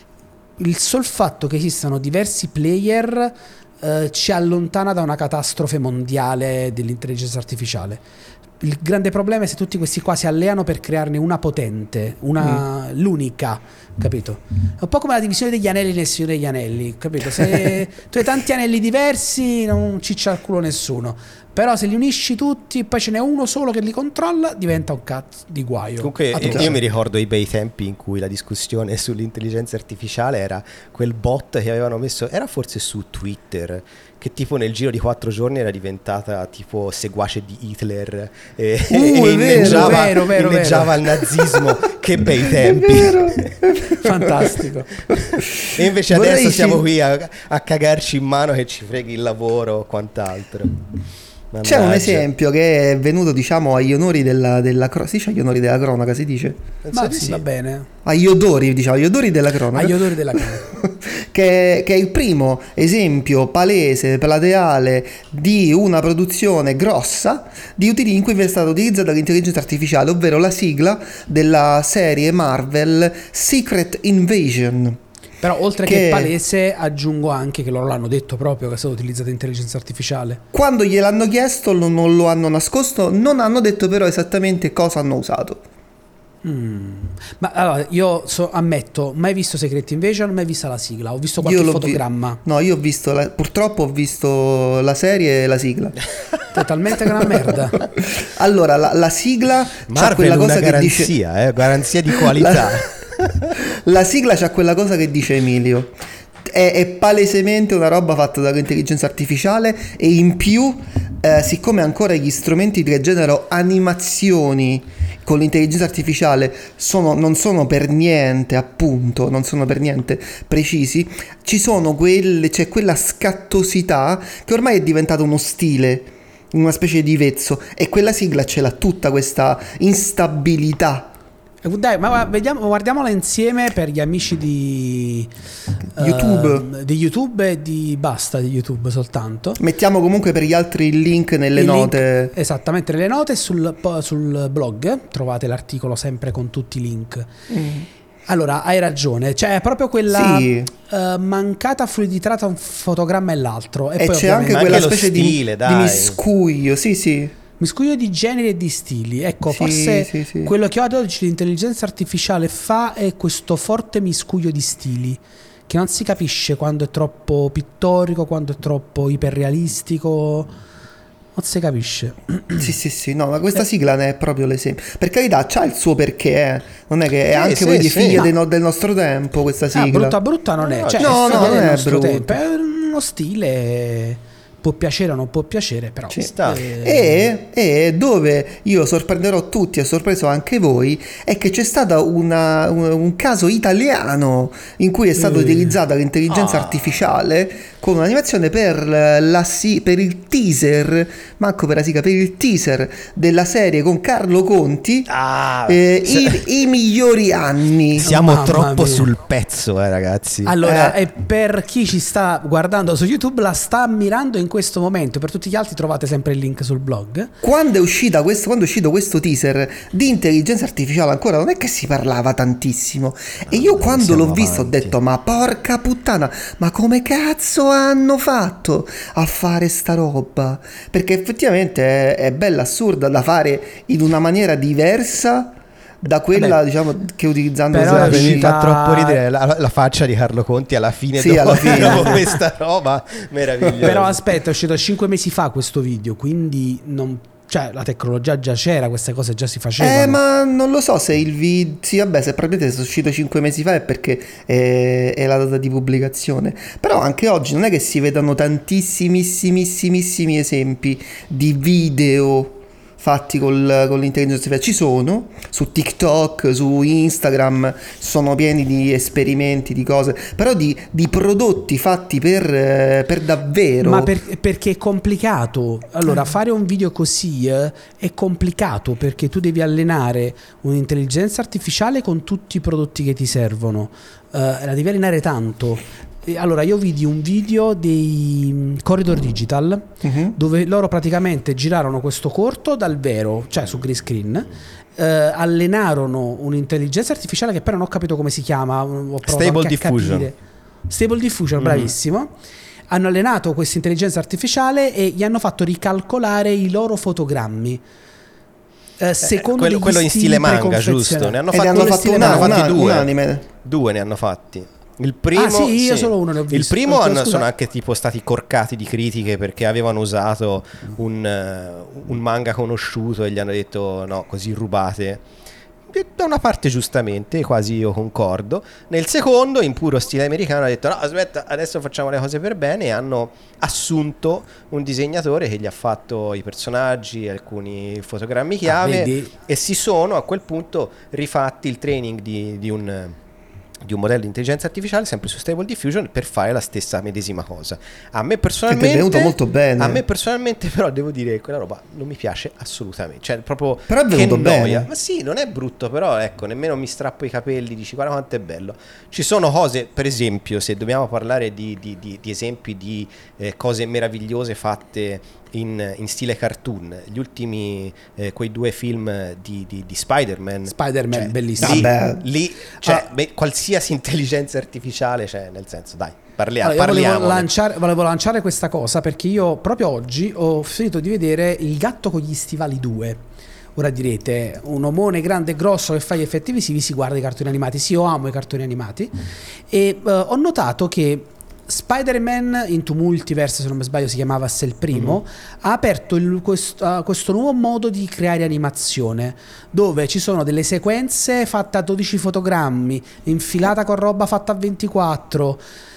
Il sol fatto che esistano diversi player eh, ci allontana da una catastrofe mondiale dell'intelligenza artificiale. Il grande problema è se tutti questi qua si alleano per crearne una potente, una mm. l'unica, capito? È un po' come la divisione degli anelli nel Signore degli Anelli, capito? Se tu hai tanti anelli diversi non ciccia al culo nessuno, però se li unisci tutti e poi ce n'è uno solo che li controlla, diventa un cazzo di guaio. Comunque io, io mi ricordo i bei tempi in cui la discussione sull'intelligenza artificiale era quel bot che avevano messo, era forse su Twitter, che tipo nel giro di quattro giorni era diventata tipo seguace di Hitler e, uh, e inneggiava, vero, vero, inneggiava vero. al nazismo. Che bei tempi. Fantastico. E invece Vorrei adesso siamo sì. qui a, a cagarci in mano che ci freghi il lavoro o quant'altro. C'è un Mannaggia. esempio che è venuto, diciamo, agli onori della, della cronaca. Si dice agli onori della cronaca, si dice? Penso Ma di sì, sì. va bene. Agli odori, diciamo, agli odori della cronaca. Agli odori della cronaca. che, che è il primo esempio palese, plateale di una produzione grossa di utili- in cui è stata utilizzata l'intelligenza artificiale, ovvero la sigla della serie Marvel Secret Invasion. Però oltre che, Che- palese aggiungo anche che loro l'hanno detto proprio che è stata utilizzata intelligenza artificiale. Quando gliel'hanno chiesto lo- non lo hanno nascosto, non hanno detto però esattamente cosa hanno usato. Mm. Ma allora io so, ammetto, mai visto Secret Invasion, mai vista la sigla, ho visto qualche Io l'ho vi- fotogramma. No, io ho visto, la- purtroppo ho visto la serie e la sigla. Totalmente una merda. Allora, la, la sigla c'ha Marvel quella una cosa che dice... garanzia, eh, garanzia di qualità. La sigla c'ha quella cosa che dice Emilio. È, è palesemente una roba fatta dall'intelligenza artificiale e in più, eh, siccome ancora gli strumenti che generano animazioni con l'intelligenza artificiale sono, non sono per niente, appunto, non sono per niente precisi, ci sono quelle, c'è quella scattosità che ormai è diventato uno stile, una specie di vezzo, e quella sigla ce l'ha tutta questa instabilità. Dai, ma vediamo, guardiamola insieme per gli amici di YouTube. eh, di YouTube e di basta di YouTube soltanto. Mettiamo comunque per gli altri il link nelle Il link, note. esattamente, nelle note sul, po- sul blog trovate l'articolo sempre con tutti i link. Mm. Allora, hai ragione, cioè è proprio quella Sì. eh, mancata fluidità tra un fotogramma e l'altro. E poi c'è anche ovviamente- Ma quella anche lo specie stile, di, dai. di miscuglio, sì sì. miscuglio di generi e di stili. Ecco, Sì, forse sì, sì. quello che ad oggi l'intelligenza artificiale fa è questo forte miscuglio di stili che non si capisce quando è troppo pittorico, quando è troppo iperrealistico. Non si capisce. Sì sì sì, no, ma questa sigla ne è proprio l'esempio. Per carità, c'ha il suo perché, eh. Non è che è Sì, anche sì, voi di sì. figlia No. dei no- del nostro tempo questa Ah, sigla. brutta brutta non è, cioè, no, è no, figlia non del è nostro brutta. tempo. È uno stile, può piacere o non può piacere, però Sì. sta. eh, E, e dove io sorprenderò tutti e sorpreso anche voi è che c'è stato una, un, un caso italiano in cui è stata Eh. utilizzata l'intelligenza Ah. artificiale con un'animazione per, la, si- per il teaser, manco per la sigla, per il teaser della serie con Carlo Conti, Ah, eh, se- i, i migliori anni. siamo Mamma troppo mia. sul pezzo, eh, ragazzi. Allora, Eh. e per chi ci sta guardando su YouTube la sta ammirando in questo momento, per tutti gli altri trovate sempre il link sul blog. Quando è, uscita questo, quando è uscito questo teaser di intelligenza artificiale ancora non è che si parlava tantissimo, e io quando siamo l'ho visto ho avanti. detto ma porca puttana, ma come cazzo hanno fatto a fare sta roba? Perché effettivamente è, è bella assurda da fare in una maniera diversa da quella, Vabbè, diciamo, che utilizzando però la- è Mi uscita- fa troppo ridere la, la faccia di Carlo Conti alla fine, Sì, dopo, alla fine. dopo questa roba meravigliosa. Però aspetta, è uscito cinque mesi fa questo video, quindi non, cioè la tecnologia già c'era, queste cose già si facevano. Eh, ma non lo so se il video. Sì, vabbè, se probabilmente è uscito cinque mesi fa è perché è, è la data di pubblicazione. Però anche oggi non è che si vedano tantissimissimissimi esempi di video fatti col, con l'intelligenza artificiale. Ci sono, su TikTok, su Instagram, sono pieni di esperimenti, di cose, però di, di prodotti fatti per, eh, per davvero. Ma per, perché è complicato. Allora, fare un video così eh, è complicato, perché tu devi allenare un'intelligenza artificiale con tutti i prodotti che ti servono. Uh, la devi allenare tanto. E allora io vidi un video dei Corridor Digital uh-huh. dove loro praticamente girarono questo corto dal vero, cioè su green screen, uh, allenarono un'intelligenza artificiale che però non ho capito come si chiama, ho Stable Diffusion. Stable Diffusion, uh-huh. bravissimo. Hanno allenato questa intelligenza artificiale e gli hanno fatto ricalcolare i loro fotogrammi. Eh, secondo quello, quello in stile manga, giusto? Ne hanno fatti, hanno fatto una, hanno fatti una, due. Un anime. Due ne hanno fatti. Il primo, ah sì, io sì. solo uno ne ho visto. Il primo oh, hanno, sono anche tipo stati corcati di critiche perché avevano usato un, uh, un manga conosciuto e gli hanno detto no, così rubate. Da una parte giustamente, quasi io concordo. Nel secondo, in puro stile americano, ha detto no, aspetta, adesso facciamo le cose per bene, e hanno assunto un disegnatore che gli ha fatto i personaggi, alcuni fotogrammi chiave, ah, e si sono a quel punto rifatti il training di, di un di un modello di intelligenza artificiale sempre su Stable Diffusion per fare la stessa medesima cosa. A me personalmente è venuto molto bene. A me personalmente però devo dire che quella roba non mi piace assolutamente, cioè proprio però è venuto che bene. noia. Ma sì, non è brutto, però ecco, nemmeno mi strappo i capelli, dici guarda quanto è bello. Ci sono cose, per esempio, se dobbiamo parlare di, di, di, di esempi di eh, cose meravigliose fatte In, in stile cartoon, gli ultimi eh, quei due film di, di, di Spider-Man Spider-Man, cioè, bellissimo. lì, Vabbè. lì cioè, ah. beh, qualsiasi intelligenza artificiale, cioè nel senso dai, parliamo, allora, parliamo volevo, lanciare, volevo lanciare questa cosa perché io proprio oggi ho finito di vedere Il gatto con gli stivali due. Ora direte, un omone grande e grosso che fa gli effetti visivi si guarda i cartoni animati. Sì, io amo i cartoni animati e uh, ho notato che Spider-Man Into Multiverse, se non mi sbaglio si chiamasse il primo, mm-hmm. ha aperto il, questo, uh, questo nuovo modo di creare animazione, dove ci sono delle sequenze fatte a dodici fotogrammi, infilata con roba fatta a ventiquattro,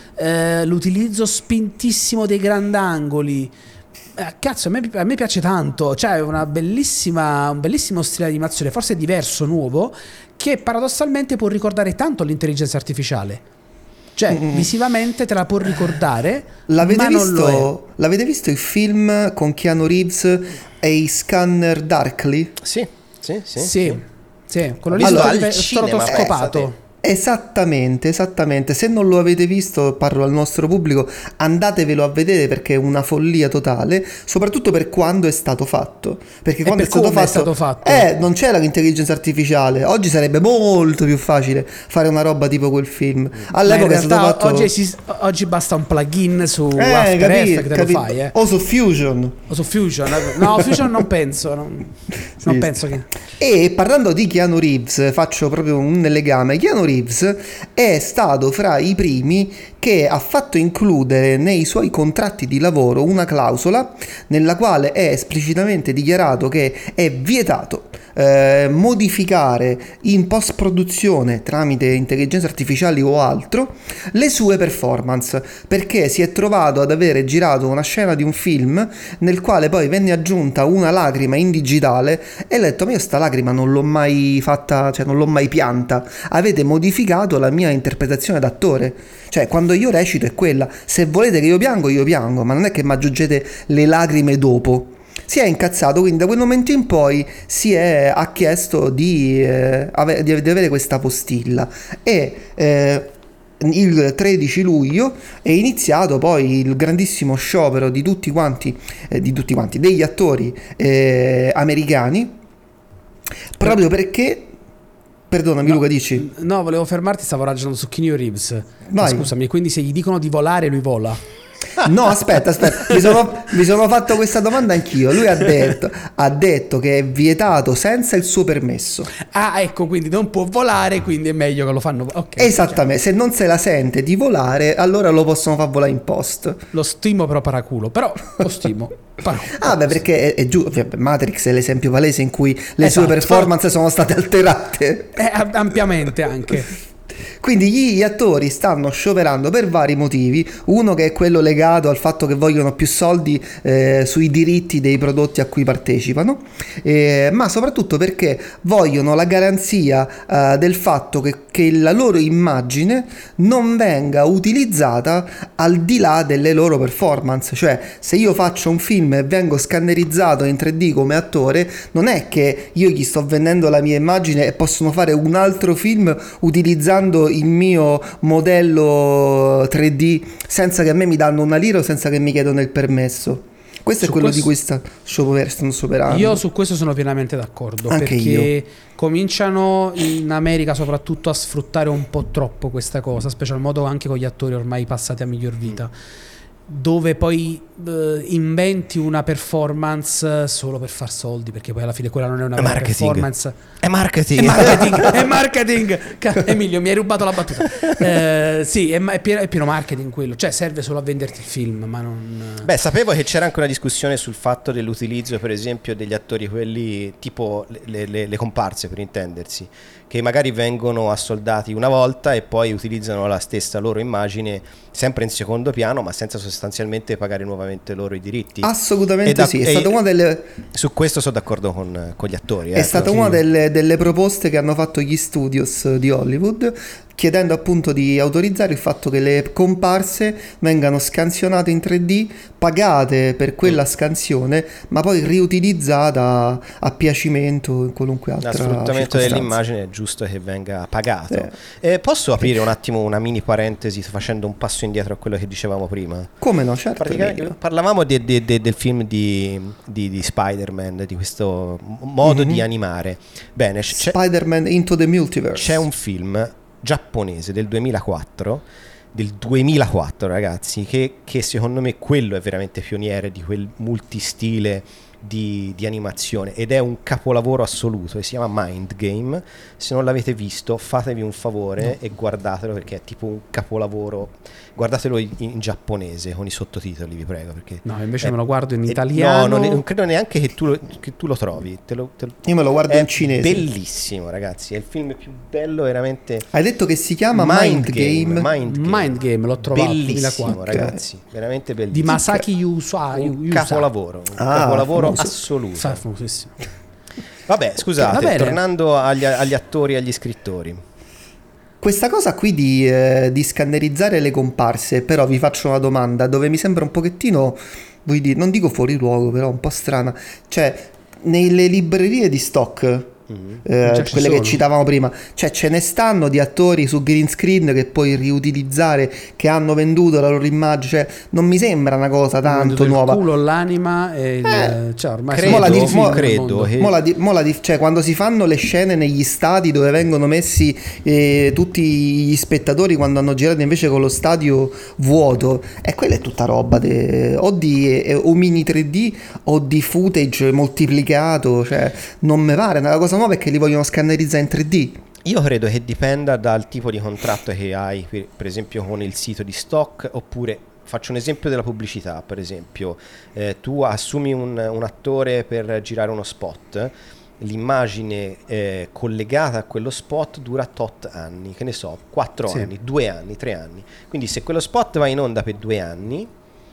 eh, l'utilizzo spintissimo dei grandangoli. Eh, cazzo, a me, a me piace tanto, cioè una bellissima, un bellissimo stile di animazione, forse diverso, nuovo, che paradossalmente può ricordare tanto l'intelligenza artificiale. Cioè, mm-hmm. visivamente te la può ricordare. L'avete ma visto, non lo è. L'avete visto il film con Keanu Reeves e i Scanner Darkly? Sì, sì, sì. Sì, sì. sì. Quello lì allora, è stato scopato. Esattamente, esattamente. Se non lo avete visto, parlo al nostro pubblico, andatevelo a vedere perché è una follia totale, soprattutto per quando è stato fatto. Perché e quando per è, stato fatto, è stato fatto, eh, non c'era l'intelligenza artificiale. Oggi sarebbe molto più facile fare una roba tipo quel film. All'epoca è stato fatto. Oggi, si, oggi basta un plugin su eh, After capì, Effects, capì. lo fai, eh. O su Fusion. O su Fusion. No, Fusion non penso. Non, sì. non penso che. E parlando di Keanu Reeves, faccio proprio un legame. Keanu Reeves è stato fra i primi che ha fatto includere nei suoi contratti di lavoro una clausola nella quale è esplicitamente dichiarato che è vietato eh, modificare in post produzione tramite intelligenze artificiali o altro le sue performance, perché si è trovato ad avere girato una scena di un film nel quale poi venne aggiunta una lacrima in digitale e ha detto ma io sta lacrima non l'ho mai fatta, cioè non l'ho mai pianta, avete modificato la mia interpretazione d'attore, cioè quando io recito è quella, se volete che io piango io piango, ma non è che mi aggiungete le lacrime dopo. Si è incazzato, quindi da quel momento in poi si è ha chiesto di, eh, ave, di avere questa postilla e eh, il tredici luglio è iniziato poi il grandissimo sciopero di tutti quanti, eh, di tutti quanti degli attori eh, americani, proprio perché perdonami no, Luca, dici? No, volevo fermarti, stavo ragionando su Keanu Reeves. Vai. Scusami, quindi se gli dicono di volare lui vola? No, aspetta, aspetta, mi sono, mi sono fatto questa domanda anch'io. Lui ha detto, ha detto che è vietato senza il suo permesso. Ah, ecco, quindi non può volare, quindi è meglio che lo fanno. Okay, esattamente, se non se la sente di volare, allora lo possono far volare in post. Lo stimo però paraculo, però lo stimo. Paraculo. Ah, beh, perché è, è giusto. Matrix è l'esempio palese in cui le esatto. sue performance sono state alterate. Eh, ampiamente anche. Quindi gli attori stanno scioperando per vari motivi, uno che è quello legato al fatto che vogliono più soldi eh, sui diritti dei prodotti a cui partecipano, eh, ma soprattutto perché vogliono la garanzia eh, del fatto che, che la loro immagine non venga utilizzata al di là delle loro performance. Cioè, se io faccio un film e vengo scannerizzato in tre D come attore, non è che io gli sto vendendo la mia immagine e possono fare un altro film utilizzando il mio modello tre D senza che a me mi danno una lira o senza che mi chiedono il permesso. Questo Su è quello questo- di cui sta, stanno superando. Io su questo sono pienamente d'accordo, Anche perché io. cominciano in America soprattutto a sfruttare un po' troppo questa cosa, special modo anche con gli attori ormai passati a miglior vita, dove poi eh, inventi una performance solo per far soldi, perché poi alla fine quella non è una È vera marketing. performance. È marketing. È marketing, è marketing. Ca- Emilio, mi hai rubato la battuta. Eh, sì, è, ma- è pieno, è pieno marketing quello, cioè serve solo a venderti il film, ma non... Beh, sapevo che c'era anche una discussione sul fatto dell'utilizzo, per esempio, degli attori quelli tipo le, le- le comparse, per intendersi, che magari vengono assoldati una volta e poi utilizzano la stessa loro immagine sempre in secondo piano, ma senza sostanzialmente pagare nuovamente loro i diritti. Assolutamente E da- sì, è e- stata una delle... Su questo sono d'accordo con, con gli attori. È eh. stata Sì. una delle, delle proposte che hanno fatto gli studios di Hollywood, chiedendo appunto di autorizzare il fatto che le comparse vengano scansionate in tre D, pagate per quella scansione, ma poi riutilizzata a piacimento in qualunque altra A sfruttamento circostanza. dell'immagine è giusto che venga pagato. Sì. Eh, posso aprire un attimo una mini parentesi facendo un passo indietro a quello che dicevamo prima? Come no, certo. Praticamente Emilio. parlavamo de- de- de- del film di, di, di Spider-Man, di questo modo Mhm. di animare. Bene, c'è, Spider-Man Into the Multiverse. c'è un film giapponese del duemilaquattro, del duemilaquattro ragazzi, che, che secondo me quello è veramente pioniere di quel multistile di, di animazione, ed è un capolavoro assoluto, e si chiama Mind Game. Se non l'avete visto, fatevi un favore No. e guardatelo, perché è tipo un capolavoro. Guardatelo in, in giapponese con i sottotitoli, vi prego, perché No, invece è- me lo guardo in è- italiano. No, non, non credo neanche che tu lo, che tu lo trovi. Te lo, te lo- Io me lo guardo è in cinese. Bellissimo, ragazzi, è il film più bello veramente. Hai detto che si chiama Mind, Game. Mind Game. Mind Game, l'ho trovato nel Bellissimo, duemilaquattro. ragazzi, veramente Di bellissimo. Masaki Yusa, Un Yusa. capolavoro, un Ah, capolavoro famoso. assoluto. Sa- famosissimo. Vabbè, scusate, Va bene. tornando agli, agli attori e agli scrittori. Questa cosa qui di, eh, di scannerizzare le comparse, però vi faccio una domanda dove mi sembra un pochettino, vuoi dire, non dico fuori luogo, però un po' strana. Cioè, nelle librerie di stock, eh, Già ci quelle sono. che citavamo prima, cioè ce ne stanno di attori su green screen che puoi riutilizzare, che hanno venduto la loro immagine, cioè non mi sembra una cosa Hanno tanto venduto nuova. il culo, l'anima e il, Eh, cioè ormai credo- sono Mo la tutti di- i film mo- del credo mondo. che- Mo la di- mo la di- cioè, quando si fanno le scene negli stadi dove vengono messi eh, tutti gli spettatori, quando hanno girato invece con lo stadio vuoto, e quella è tutta roba de- o di eh, omini tre D o di footage moltiplicato, cioè non mi pare una cosa nuova, è che li vogliono scannerizzare in tre D. Io credo che dipenda dal tipo di contratto che hai, per, per esempio con il sito di stock, oppure faccio un esempio della pubblicità, per esempio eh, tu assumi un, un attore per girare uno spot, l'immagine eh, collegata a quello spot dura tot anni, che ne so, quattro Sì. anni, due anni, tre anni. Quindi se quello spot va in onda per due anni,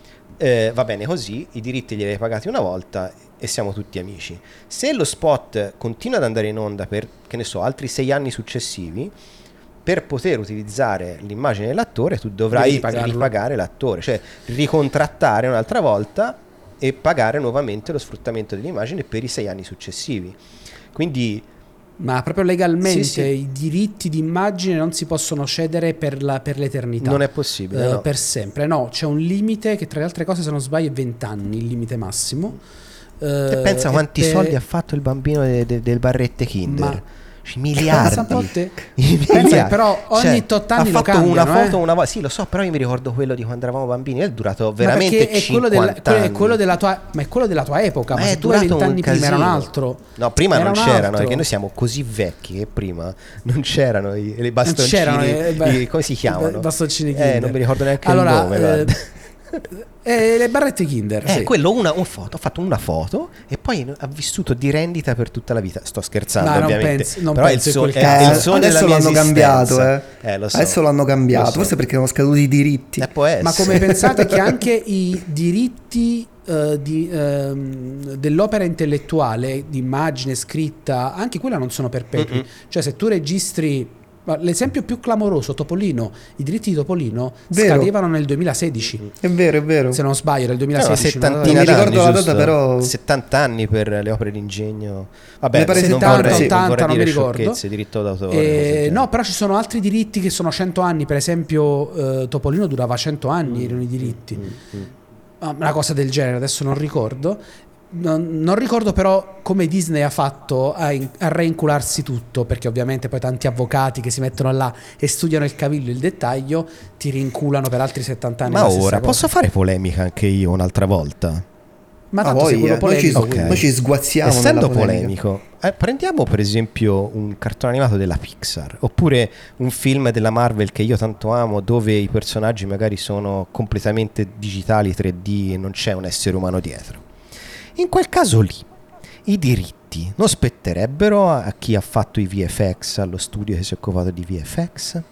eh, va bene così, i diritti li hai pagati una volta e siamo tutti amici. Se lo spot continua ad andare in onda per, che ne so, altri sei anni successivi, per poter utilizzare l'immagine dell'attore tu dovrai Devi ripagarlo. ripagare l'attore, cioè ricontrattare un'altra volta e pagare nuovamente lo sfruttamento dell'immagine per i sei anni successivi. Quindi Ma proprio legalmente Sì, sì. i diritti d'immagine non si possono cedere per, la- per l'eternità. non è possibile, Eh, no. per sempre. No, c'è un limite che tra le altre cose, se non sbaglio, è venti anni il limite massimo. Te Eh, pensa e quanti per- soldi ha fatto il bambino de- de- del barrette Kinder? Ma- Ci miliardi. Pensa un po' te. I Pensa che miliardi. però ogni Cioè, tot anni ha lo fatto una cambiano, foto eh. una volta. Sì, lo so, però io mi ricordo quello di quando eravamo bambini. È durato Ma veramente perché è quello, del- cinquanta quello- è anni. quello della tua, ma è quello della tua epoca. Ma, Ma è se tu hai durato un vent'anni prima era un casino. altro. No, prima Era non un c'erano, altro. perché noi siamo così vecchi che prima non c'erano i, le bastoncini. c'erano, eh, beh, i- come si chiamano? i bastoncini Eh, Kinder. non mi ricordo neanche Allora, il nome. eh, guarda. E le barrette Kinder. Eh, sì. quello una, un foto, ho fatto una foto e poi ha vissuto di rendita per tutta la vita. Sto scherzando, No, non ovviamente. penso- non Però è il, penso in so- quel è, caso. è il sogno Adesso della mia l'hanno cambiato, esistenza. eh. Eh, lo so. Adesso l'hanno cambiato, Lo so. forse perché hanno scaduti i diritti. Eh, può essere. Ma come pensate che anche i diritti eh, di, ehm, dell'opera intellettuale, di immagine, scritta, anche quella non sono perpetui. Mm-mm. Cioè se tu registri, ma l'esempio più clamoroso, Topolino, i diritti di Topolino Vero. scadevano nel duemilasedici. È vero, è vero. Se non sbaglio, nel Eh, una duemilasedici. una cosa- settantina Non mi ricordo d'anni, la data, giusto? però- settanta anni per le opere d'ingegno. Vabbè, Mi pare non settanta, vorrei, sì. non vorrei ottanta, non dire mi ricordo. sciocchezze, diritto d'autore. Eh, cose del no, genere. però ci sono altri diritti che sono cento anni. Per esempio, eh, Topolino durava cento anni, erano i diritti. Ah, una cosa del genere, adesso non ricordo. Non, non ricordo però come Disney ha fatto a, in- a reincularsi tutto, perché ovviamente poi tanti avvocati che si mettono là e studiano il cavillo e il dettaglio ti rinculano per altri settanta anni. Ma la stessa ora cosa. posso fare polemica anche io un'altra volta? Ma Ah, tanto sei voglia, quello noi ci, polemico. ok. noi ci sguazziamo. Essendo nella polemica. polemico, eh, prendiamo per esempio un cartone animato della Pixar oppure un film della Marvel che io tanto amo, dove i personaggi magari sono completamente digitali, tre D e non c'è un essere umano dietro. In quel caso lì i diritti non spetterebbero a chi ha fatto i V F X, allo studio che si è occupato di V F X?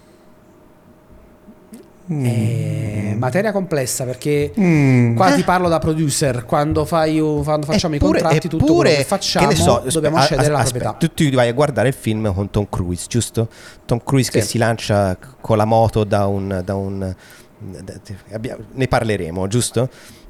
È materia complessa, perché Mm. qua Eh. ti parlo da producer. Quando, fai, un- quando facciamo Eppure- i contratti, tutto eppure, quello che facciamo che ne so, dobbiamo a- cedere a- la aspetta, proprietà. Tu ti vai a guardare il film con Tom Cruise, giusto? Tom Cruise che Sì. si lancia c- con la moto da un... Da un da- abbiamo- ne parleremo, giusto?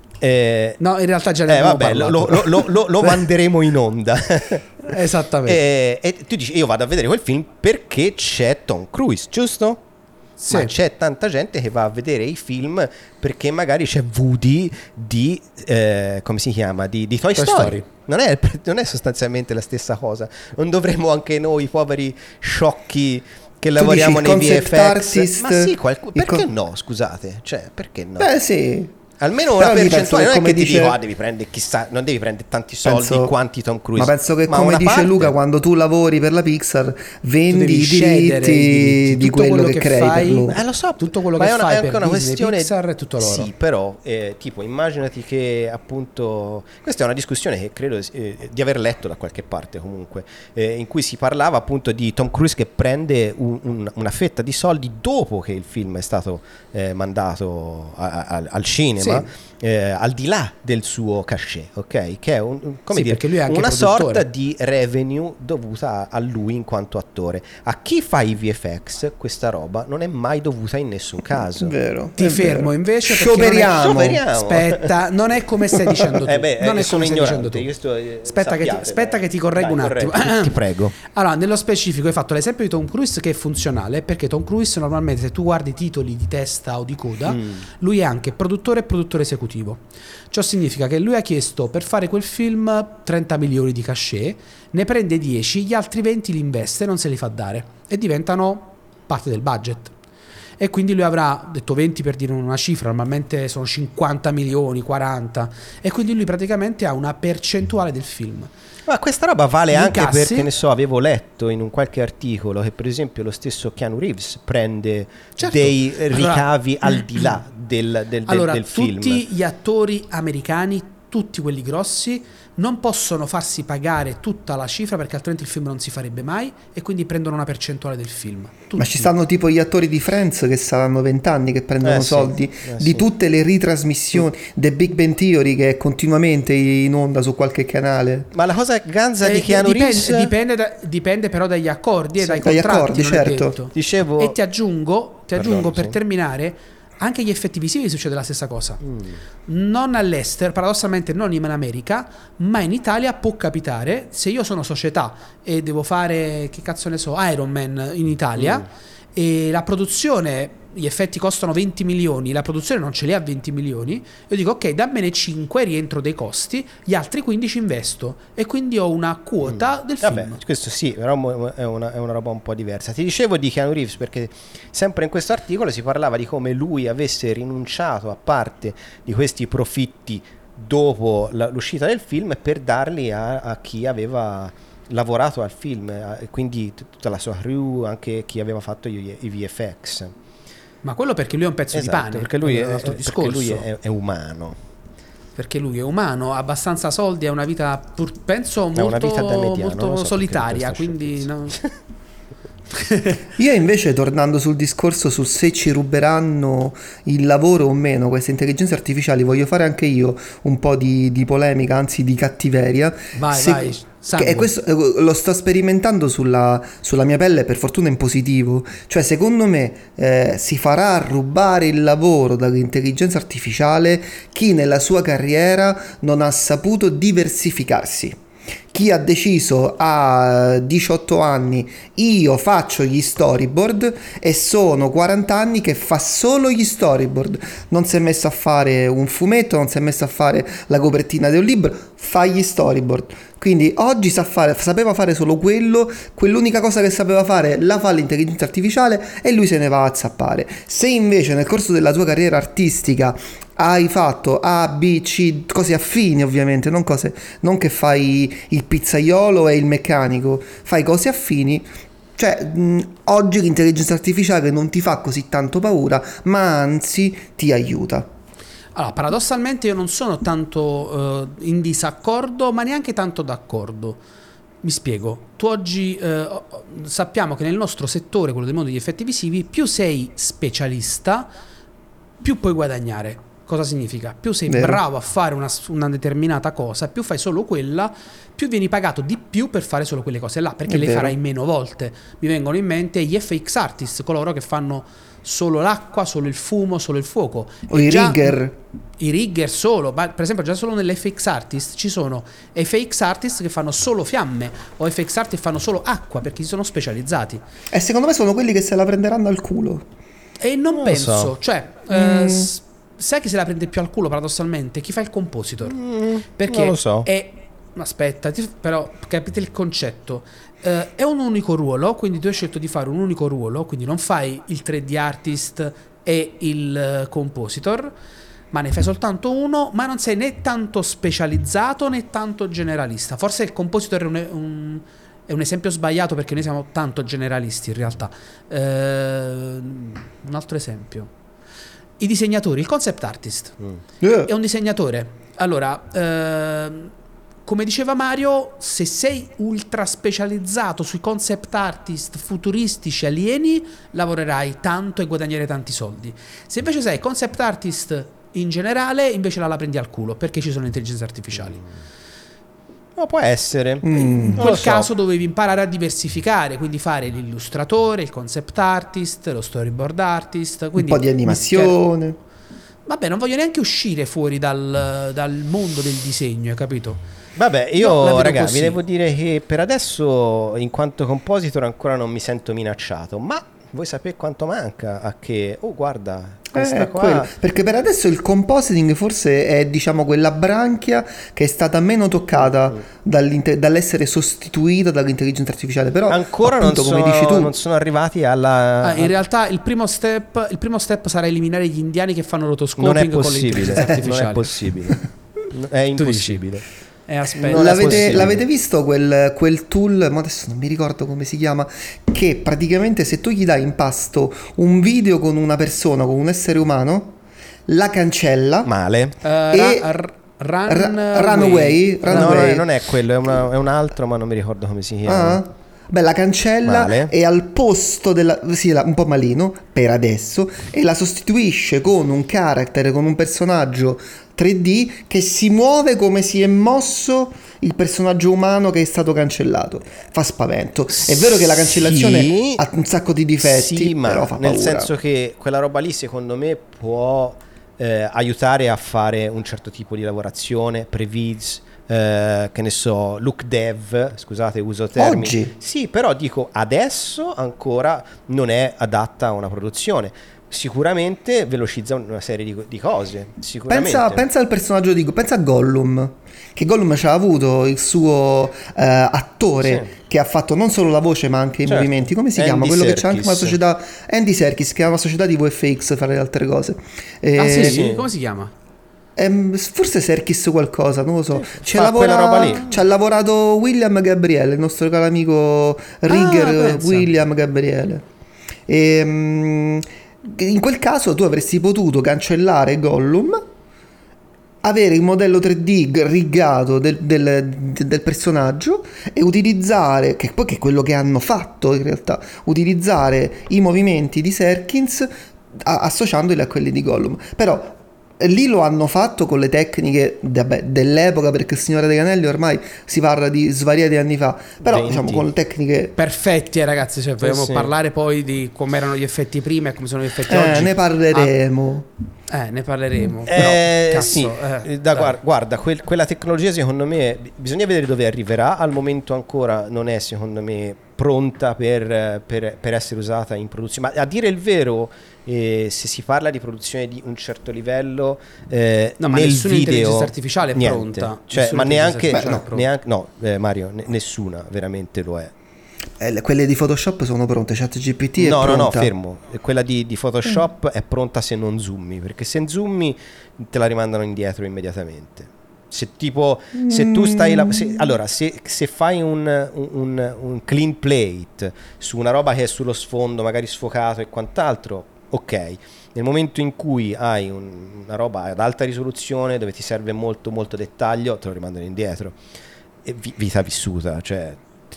Eh, No, in realtà già ne eh, abbiamo vabbè, lo, parlato. lo- lo- lo- lo manderemo in onda. Esattamente. e, e tu dici, io vado a vedere quel film perché c'è Tom Cruise, giusto? Sì. Ma c'è tanta gente che va a vedere i film perché magari c'è Woody di eh, come si chiama? Di, di Toy, Toy Story. Story. Non è, non è sostanzialmente la stessa cosa. Non dovremmo anche noi, poveri sciocchi che lavoriamo dici il nei V concept F X, artist, ma sì, qualcu- il perché con- no? Scusate, cioè, perché no? Beh, sì. Almeno Però una lì penso percentuale, che non è come che ti dice- dico, ah, devi prendere chissà, non devi prendere tanti soldi Penso- quanti Tom Cruise. Ma penso che come una dice parte- Luca, quando tu lavori per la Pixar vendi devi i cedere diritti i diritti. di Tutto quello, quello che, che crei per fai- loro. Eh, lo so, Tutto quello ma che è una, fai è per anche una Disney, questione. Pixar è tutto loro. Sì, però, eh, tipo, immaginati che appunto. Questa è una discussione che credo eh, di aver letto da qualche parte comunque, eh, in cui si parlava appunto di Tom Cruise che prende un- un- una fetta di soldi dopo che il film è stato eh, mandato a- a- al cinema. Sì. Eh, al di là del suo cachet, ok? Che è un, un- come Sì, dire, perché lui è anche una produttore. sorta di revenue dovuta a lui in quanto attore. A chi fa i V F X questa roba non è mai dovuta in nessun caso. Vero. Ti è fermo vero. invece perché Scioperiamo. non è- Scioperiamo. Aspetta, non è come stai dicendo tu. Eh beh, non eh, è sono come stai dicendo ignorante, tu. io sto- eh, Aspetta, che ti, sappiate, aspetta dai. che ti correggo Dai, un attimo. correggi, ti prego. Allora, nello specifico hai fatto l'esempio di Tom Cruise che è funzionale, perché Tom Cruise normalmente, se tu guardi i titoli di testa o di coda, Mm. lui è anche produttore e produttore esecutivo. Ciò significa che lui ha chiesto per fare quel film trenta milioni di cachet, ne prende dieci, gli altri venti li investe, non se li fa dare e diventano parte del budget. E quindi lui avrà, detto venti per dire una cifra, normalmente sono cinquanta milioni, quaranta, e quindi lui praticamente ha una percentuale del film. Ma questa roba vale Gli anche incassi? perché, ne so, avevo letto in un qualche articolo che per esempio lo stesso Keanu Reeves prende Certo. dei Allora- ricavi al di là del, del, del, Allora, del film. tutti gli attori americani, tutti quelli grossi, non possono farsi pagare tutta la cifra perché altrimenti il film non si farebbe mai e quindi prendono una percentuale del film. Tutti. Ma ci stanno tipo gli attori di Friends che saranno vent'anni che prendono Eh sì, soldi eh di sì. tutte le ritrasmissioni. The Big Bang Theory che è continuamente in onda su qualche canale. Ma la cosa ganza Eh, di Keanu dipende, Reeves dipende, da- dipende però dagli accordi e Sì, dai dagli contratti. accordi, non è certo. detto. Dicevo- E ti aggiungo, ti Pardon, aggiungo per sì. terminare, anche gli effetti visivi succede la stessa cosa. Mm. Non all'estero, paradossalmente non in America, ma in Italia può capitare, se io sono società e devo fare, che cazzo ne so, Iron Man in Italia, Mm. e la produzione, gli effetti costano venti milioni, la produzione non ce li ha venti milioni, io dico ok, dammene cinque, rientro dei costi, gli altri quindici investo e quindi ho una quota del film. Vabbè, questo sì, però mo- è una, è una roba un po' diversa. Ti dicevo di Keanu Reeves perché sempre in questo articolo si parlava di come lui avesse rinunciato a parte di questi profitti dopo la- l'uscita del film per darli a, a chi aveva lavorato al film, a- e quindi t- tutta la sua crew, anche chi aveva fatto i, i V F X. Ma quello perché lui è un pezzo Esatto, di pane. perché lui, quello è, il nostro perché discorso. lui è, è umano. Perché lui è umano, ha abbastanza soldi, ha una vita, pur, penso, molto, una vita da mediano, molto non so solitaria, perché quindi... No. Io invece, tornando sul discorso su se ci ruberanno il lavoro o meno queste intelligenze artificiali, voglio fare anche io un po' di, di polemica, anzi di cattiveria. Vai, se, vai, che, e questo eh, lo sto sperimentando sulla, sulla mia pelle, per fortuna in positivo. Cioè, secondo me eh, si farà rubare il lavoro dall'intelligenza artificiale chi nella sua carriera non ha saputo diversificarsi. Chi ha deciso a diciotto anni io faccio gli storyboard e sono quaranta anni che fa solo gli storyboard, non si è messo a fare un fumetto, non si è messo a fare la copertina di un libro, fa gli storyboard. Quindi oggi sa fare, sapeva fare solo quello, quell'unica cosa che sapeva fare la fa l'intelligenza artificiale e lui se ne va a zappare. Se invece nel corso della tua carriera artistica hai fatto A, B, C, cose affini ovviamente, non cose, non che fai il pizzaiolo e il meccanico, fai cose affini, cioè mh, oggi l'intelligenza artificiale non ti fa così tanto paura, ma anzi ti aiuta. Allora, paradossalmente io non sono tanto uh, in disaccordo, ma neanche tanto d'accordo. Mi spiego. Tu oggi uh, sappiamo che nel nostro settore, quello del mondo degli effetti visivi, più sei specialista, più puoi guadagnare. Cosa significa? Più sei Vero. bravo a fare una, una determinata cosa, più fai solo quella, più vieni pagato di più per fare solo quelle cose là, perché È le vero. farai meno volte. Mi vengono in mente gli F X artist, coloro che fanno solo l'acqua, solo il fumo, solo il fuoco. O E i già- rigger. I rigger solo, ma per esempio già solo nell'F X artist ci sono F X artist che fanno solo fiamme o F X artist che fanno solo acqua perché si sono specializzati. E secondo me sono quelli che se la prenderanno al culo. E non, Non lo penso, so. cioè, Mm. eh, s- sai chi se la prende più al culo paradossalmente? Chi fa il compositor. Perché non lo so. è... Aspetta, ti- però capite il concetto. Eh, è un unico ruolo, quindi tu hai scelto di fare un unico ruolo, quindi non fai il tre D artist e il eh, compositor, ma ne fai soltanto uno, ma non sei né tanto specializzato né tanto generalista. Forse il compositor è un, un, è un esempio sbagliato perché noi siamo tanto generalisti in realtà. Eh, un altro esempio. I disegnatori, il concept artist Yeah. è un disegnatore. Allora, ehm, come diceva Mario, se sei ultra specializzato sui concept artist futuristici alieni, lavorerai tanto e guadagnerai tanti soldi. Se invece sei concept artist in generale, invece la, la prendi al culo perché ci sono intelligenze artificiali. No, può essere. Mm. In Non quel lo so. caso dovevi imparare a diversificare, quindi fare l'illustratore, il concept artist, lo storyboard artist, Un quindi po' di animazione. mischiare- Vabbè, non voglio neanche uscire fuori dal, dal mondo del disegno, hai capito? Vabbè, Io la io vedo raga, così. vi devo dire che per adesso, in quanto compositor, ancora non mi sento minacciato. Ma vuoi sapere quanto manca a che... Oh, guarda, questa Eh, qua... quello. Perché per adesso il compositing forse è, diciamo, quella branchia che è stata meno toccata dall'inte- dall'essere sostituita dall'intelligenza artificiale. Però Ancora non appunto, sono, come dici tu, non sono arrivati alla... Ah, in realtà il primo step il primo step sarà eliminare gli indiani che fanno non è rotoscoping con le possibile. intelligenze Non artificiali. è possibile. È impossibile. Eh, aspetta. Non è L'avete, possibile. l'avete visto quel, quel tool, ma adesso non mi ricordo come si chiama, che praticamente se tu gli dai in pasto un video con una persona, con un essere umano, la cancella Male. Eh, e ra- r- run, Ra- Runaway, No, Runaway. non è, non è quello, è, una- è un altro, ma non mi ricordo come si chiama. Ah, beh, la cancella Male. e al posto della... sì, la- un po' malino per adesso, e la sostituisce con un character, con un personaggio tre D che si muove come si è mosso il personaggio umano che è stato cancellato. Fa spavento. È vero che la cancellazione Sì. ha un sacco di difetti, Sì, ma però fa nel paura. senso che quella roba lì secondo me può eh, aiutare a fare un certo tipo di lavorazione, previz, eh, che ne so, look dev, scusate uso termini. Oggi? Sì, però dico adesso ancora non è adatta a una produzione. Sicuramente velocizza una serie di, di cose. Sicuramente. Pensa, pensa al personaggio di... pensa a Gollum, che Gollum ci ha avuto il suo eh, attore Sì. che ha fatto non solo la voce ma anche i Certo. movimenti. Come si Andy chiama? Quello che c'ha anche Serkis. una società, Andy Serkis, che ha una società di V F X, fare le altre cose. Eh, Ah sì, sì. come si chiama? ehm, forse Serkis qualcosa, non lo so. Ci ha fa quella lavora- roba lì. ci ha lavorato William Gabriele, il nostro caro amico Rigger pensa. William Gabriele. Ehm, In quel caso tu avresti potuto cancellare Gollum, avere il modello tre D riggato del, del, del personaggio e utilizzare, che poi che è quello che hanno fatto in realtà, utilizzare i movimenti di Serkins a, associandoli a quelli di Gollum. Però lì lo hanno fatto con le tecniche vabbè, dell'epoca, perché il Signore degli Anelli ormai si parla di svariati anni fa, però venti diciamo con le tecniche perfetti, eh, ragazzi, cioè, vogliamo sì. parlare poi di come erano gli effetti prima e come sono gli effetti eh, oggi. ne parleremo. Ah, eh, ne parleremo. Eh, Però, sì, cazzo, eh, da, guarda, guarda quel, quella tecnologia secondo me bisogna vedere dove arriverà. Al momento ancora non è secondo me pronta per, per, per essere usata in produzione, ma a dire il vero, eh, se si parla di produzione di un certo livello, eh, no, ma nel nessuna video intelligenza artificiale è niente. pronta. Cioè, Nessuna ma neanche, intelligenza no, artificiale è neanche no eh, Mario, ne, nessuna veramente lo è. Eh, quelle di Photoshop sono pronte, ChatGPT è no, pronta. No, no, fermo. Quella di, di Photoshop mm. è pronta se non zoomi, perché se zoomi te la rimandano indietro immediatamente. Se tipo, mm. se tu stai la, se, allora, se, se fai un, un, un clean plate su una roba che è sullo sfondo, magari sfocato e quant'altro, ok. Nel momento in cui hai un, una roba ad alta risoluzione dove ti serve molto molto dettaglio, te lo rimandano indietro. E vi, vita vissuta, cioè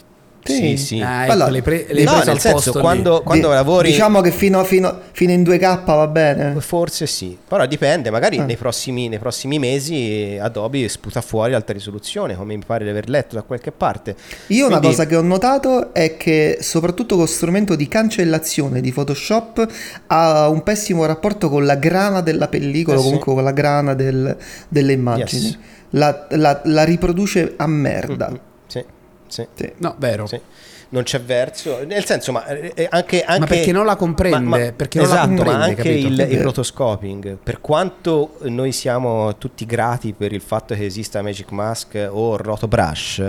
Sì, sì, sì. Ah, ecco, allora, le pre- le no, prese nel al senso, posto quando, lì. quando Di- lavori, diciamo che fino, fino, fino in due K va bene. forse sì, però dipende, magari Ah. nei, prossimi, nei prossimi mesi Adobe sputa fuori alta risoluzione, come mi pare di aver letto da qualche parte. Io una Quindi- cosa che ho notato è che soprattutto con lo strumento di cancellazione di Photoshop ha un pessimo rapporto con la grana della pellicola, Eh o sì. comunque con la grana del- delle immagini. Yes. La, la- la riproduce a merda. Mm-mm. Sì, sì. Sì. No, vero. Sì. Non c'è verso, nel senso, ma eh, anche, anche Ma perché non la comprende, ma- ma- perché non la esatto, comprende, ma anche capito? il, È il vero. rotoscoping, per quanto noi siamo tutti grati per il fatto che esista Magic Mask o Rotobrush,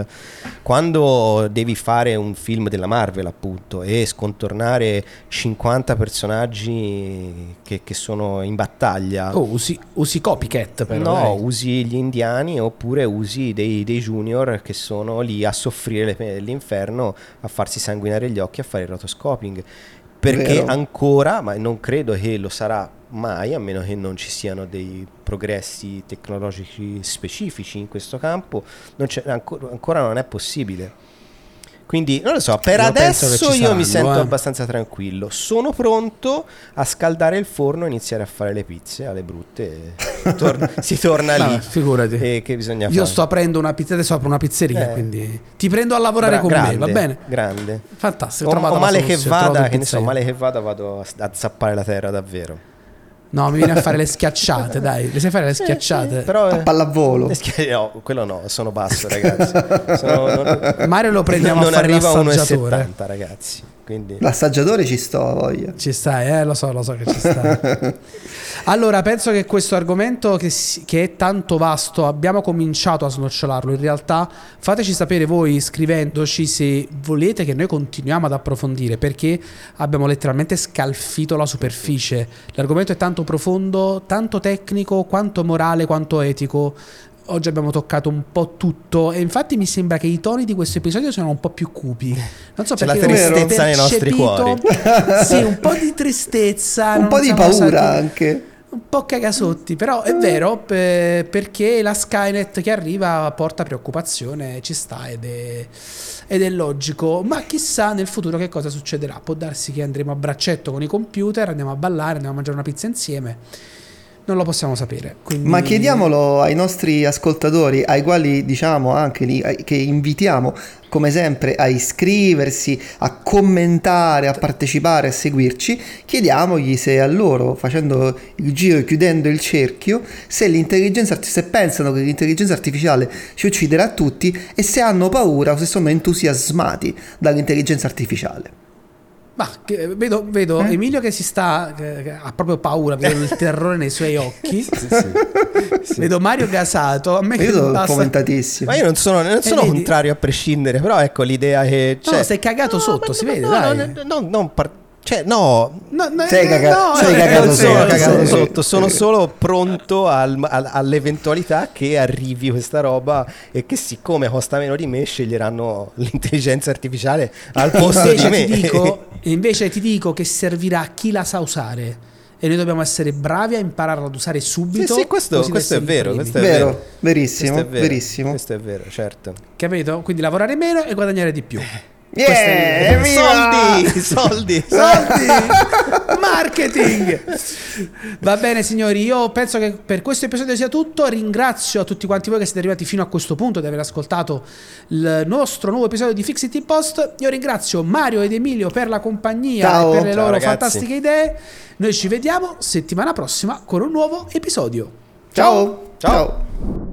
quando devi fare un film della Marvel appunto e scontornare cinquanta personaggi che, che sono in battaglia, Oh, usi, usi copycat però. no, dai. usi gli indiani oppure usi dei, dei junior che sono lì a soffrire le pene dell'inferno, a farsi sanguinare gli occhi, a fare il rotoscoping, perché Vero. ancora, ma non credo che lo sarà mai, a meno che non ci siano dei progressi tecnologici specifici in questo campo, non c'è, ancora, ancora non è possibile. Quindi non lo so, per Io penso adesso che ci io mi saranno, sento eh. abbastanza tranquillo. Sono pronto a scaldare il forno e iniziare a fare le pizze alle brutte. e tor- si torna lì. Vabbè, figurati. E che bisogna Io fare? sto aprendo una pizzeria, adesso apro una pizzeria, Eh. quindi ti prendo a lavorare Bra- con grande, me, va bene? Grande. Fantastico, ho O, trovato o la male che soluzione, ho trovato vada, il che ne so, pizzaiolo. male che vada, vado a, a zappare la terra davvero. No, mi viene a fare le schiacciate, dai. Le sai fare le schiacciate? Però A pallavolo. eh, schi- no, quello no, sono basso, ragazzi. Sono, non, Mario lo prendiamo non a fare arriva a uno e l'assaggiatore. settanta, ragazzi. Quindi L'assaggiatore ci sto, a voglia. Ci stai, eh, lo so, lo so che ci stai. Allora, penso che questo argomento che, si- che è tanto vasto, abbiamo cominciato a snocciolarlo. In realtà, fateci sapere voi scrivendoci se volete che noi continuiamo ad approfondire, perché abbiamo letteralmente scalfito la superficie. L'argomento è tanto profondo, tanto tecnico, quanto morale, quanto etico. Oggi abbiamo toccato un po' tutto e infatti mi sembra che i toni di questo episodio siano un po' più cupi. Non so C'è perché la ho tristezza nei nostri percepito- cuori. Sì, un po' di tristezza, Un non po' di siamo paura stati- anche. un po' cagasotti, però è vero pe- perché la Skynet che arriva porta preoccupazione, ci sta ed è, ed è logico, ma chissà nel futuro che cosa succederà. Può darsi che andremo a braccetto con i computer, andiamo a ballare, andiamo a mangiare una pizza insieme, non lo possiamo sapere. Quindi... Ma chiediamolo ai nostri ascoltatori, ai quali diciamo anche lì, ai- che invitiamo come sempre a iscriversi, a commentare, a partecipare, a seguirci. Chiediamogli se a loro, facendo il giro e chiudendo il cerchio, se l'intelligenza arti- se pensano che l'intelligenza artificiale ci ucciderà tutti e se hanno paura o se sono entusiasmati dall'intelligenza artificiale. Ma che- vedo, vedo Eh? Emilio che si sta che- che ha proprio paura, vedo il terrore nei suoi occhi. Vedo Mario gasato, a me che Io sono basta- fomentatissimo. Ma io non sono, non sono vedi? contrario a prescindere, però ecco l'idea che No, cioè, sei cagato sotto, si vede, no, dai. no, no, non par- Cioè, no, no, no sei, caga- no, sei no, cagato, non sono sei, cagato sei. sotto, sono solo pronto al- al- all'eventualità che arrivi questa roba e che siccome costa meno di me sceglieranno l'intelligenza artificiale al posto di invece me. ti dico, invece ti dico che servirà a chi la sa usare e noi dobbiamo essere bravi a impararla ad usare subito. Sì, sì, questo, così da questo è essere i vero, primi. questo è Vero, vero. verissimo, Questo è vero, verissimo. Questo è vero, certo. Capito? Quindi lavorare meno e guadagnare di più. Yeah, Questo è- evviva! Soldi, soldi. Soldi, marketing. Va bene signori, io penso che per questo episodio sia tutto. Ringrazio a tutti quanti voi che siete arrivati fino a questo punto, di aver ascoltato il nostro nuovo episodio di Fix It in Post. Io ringrazio Mario ed Emilio per la compagnia Ciao. e per le Ciao, loro ragazzi. fantastiche idee. Noi ci vediamo settimana prossima con un nuovo episodio. Ciao. Ciao. Ciao.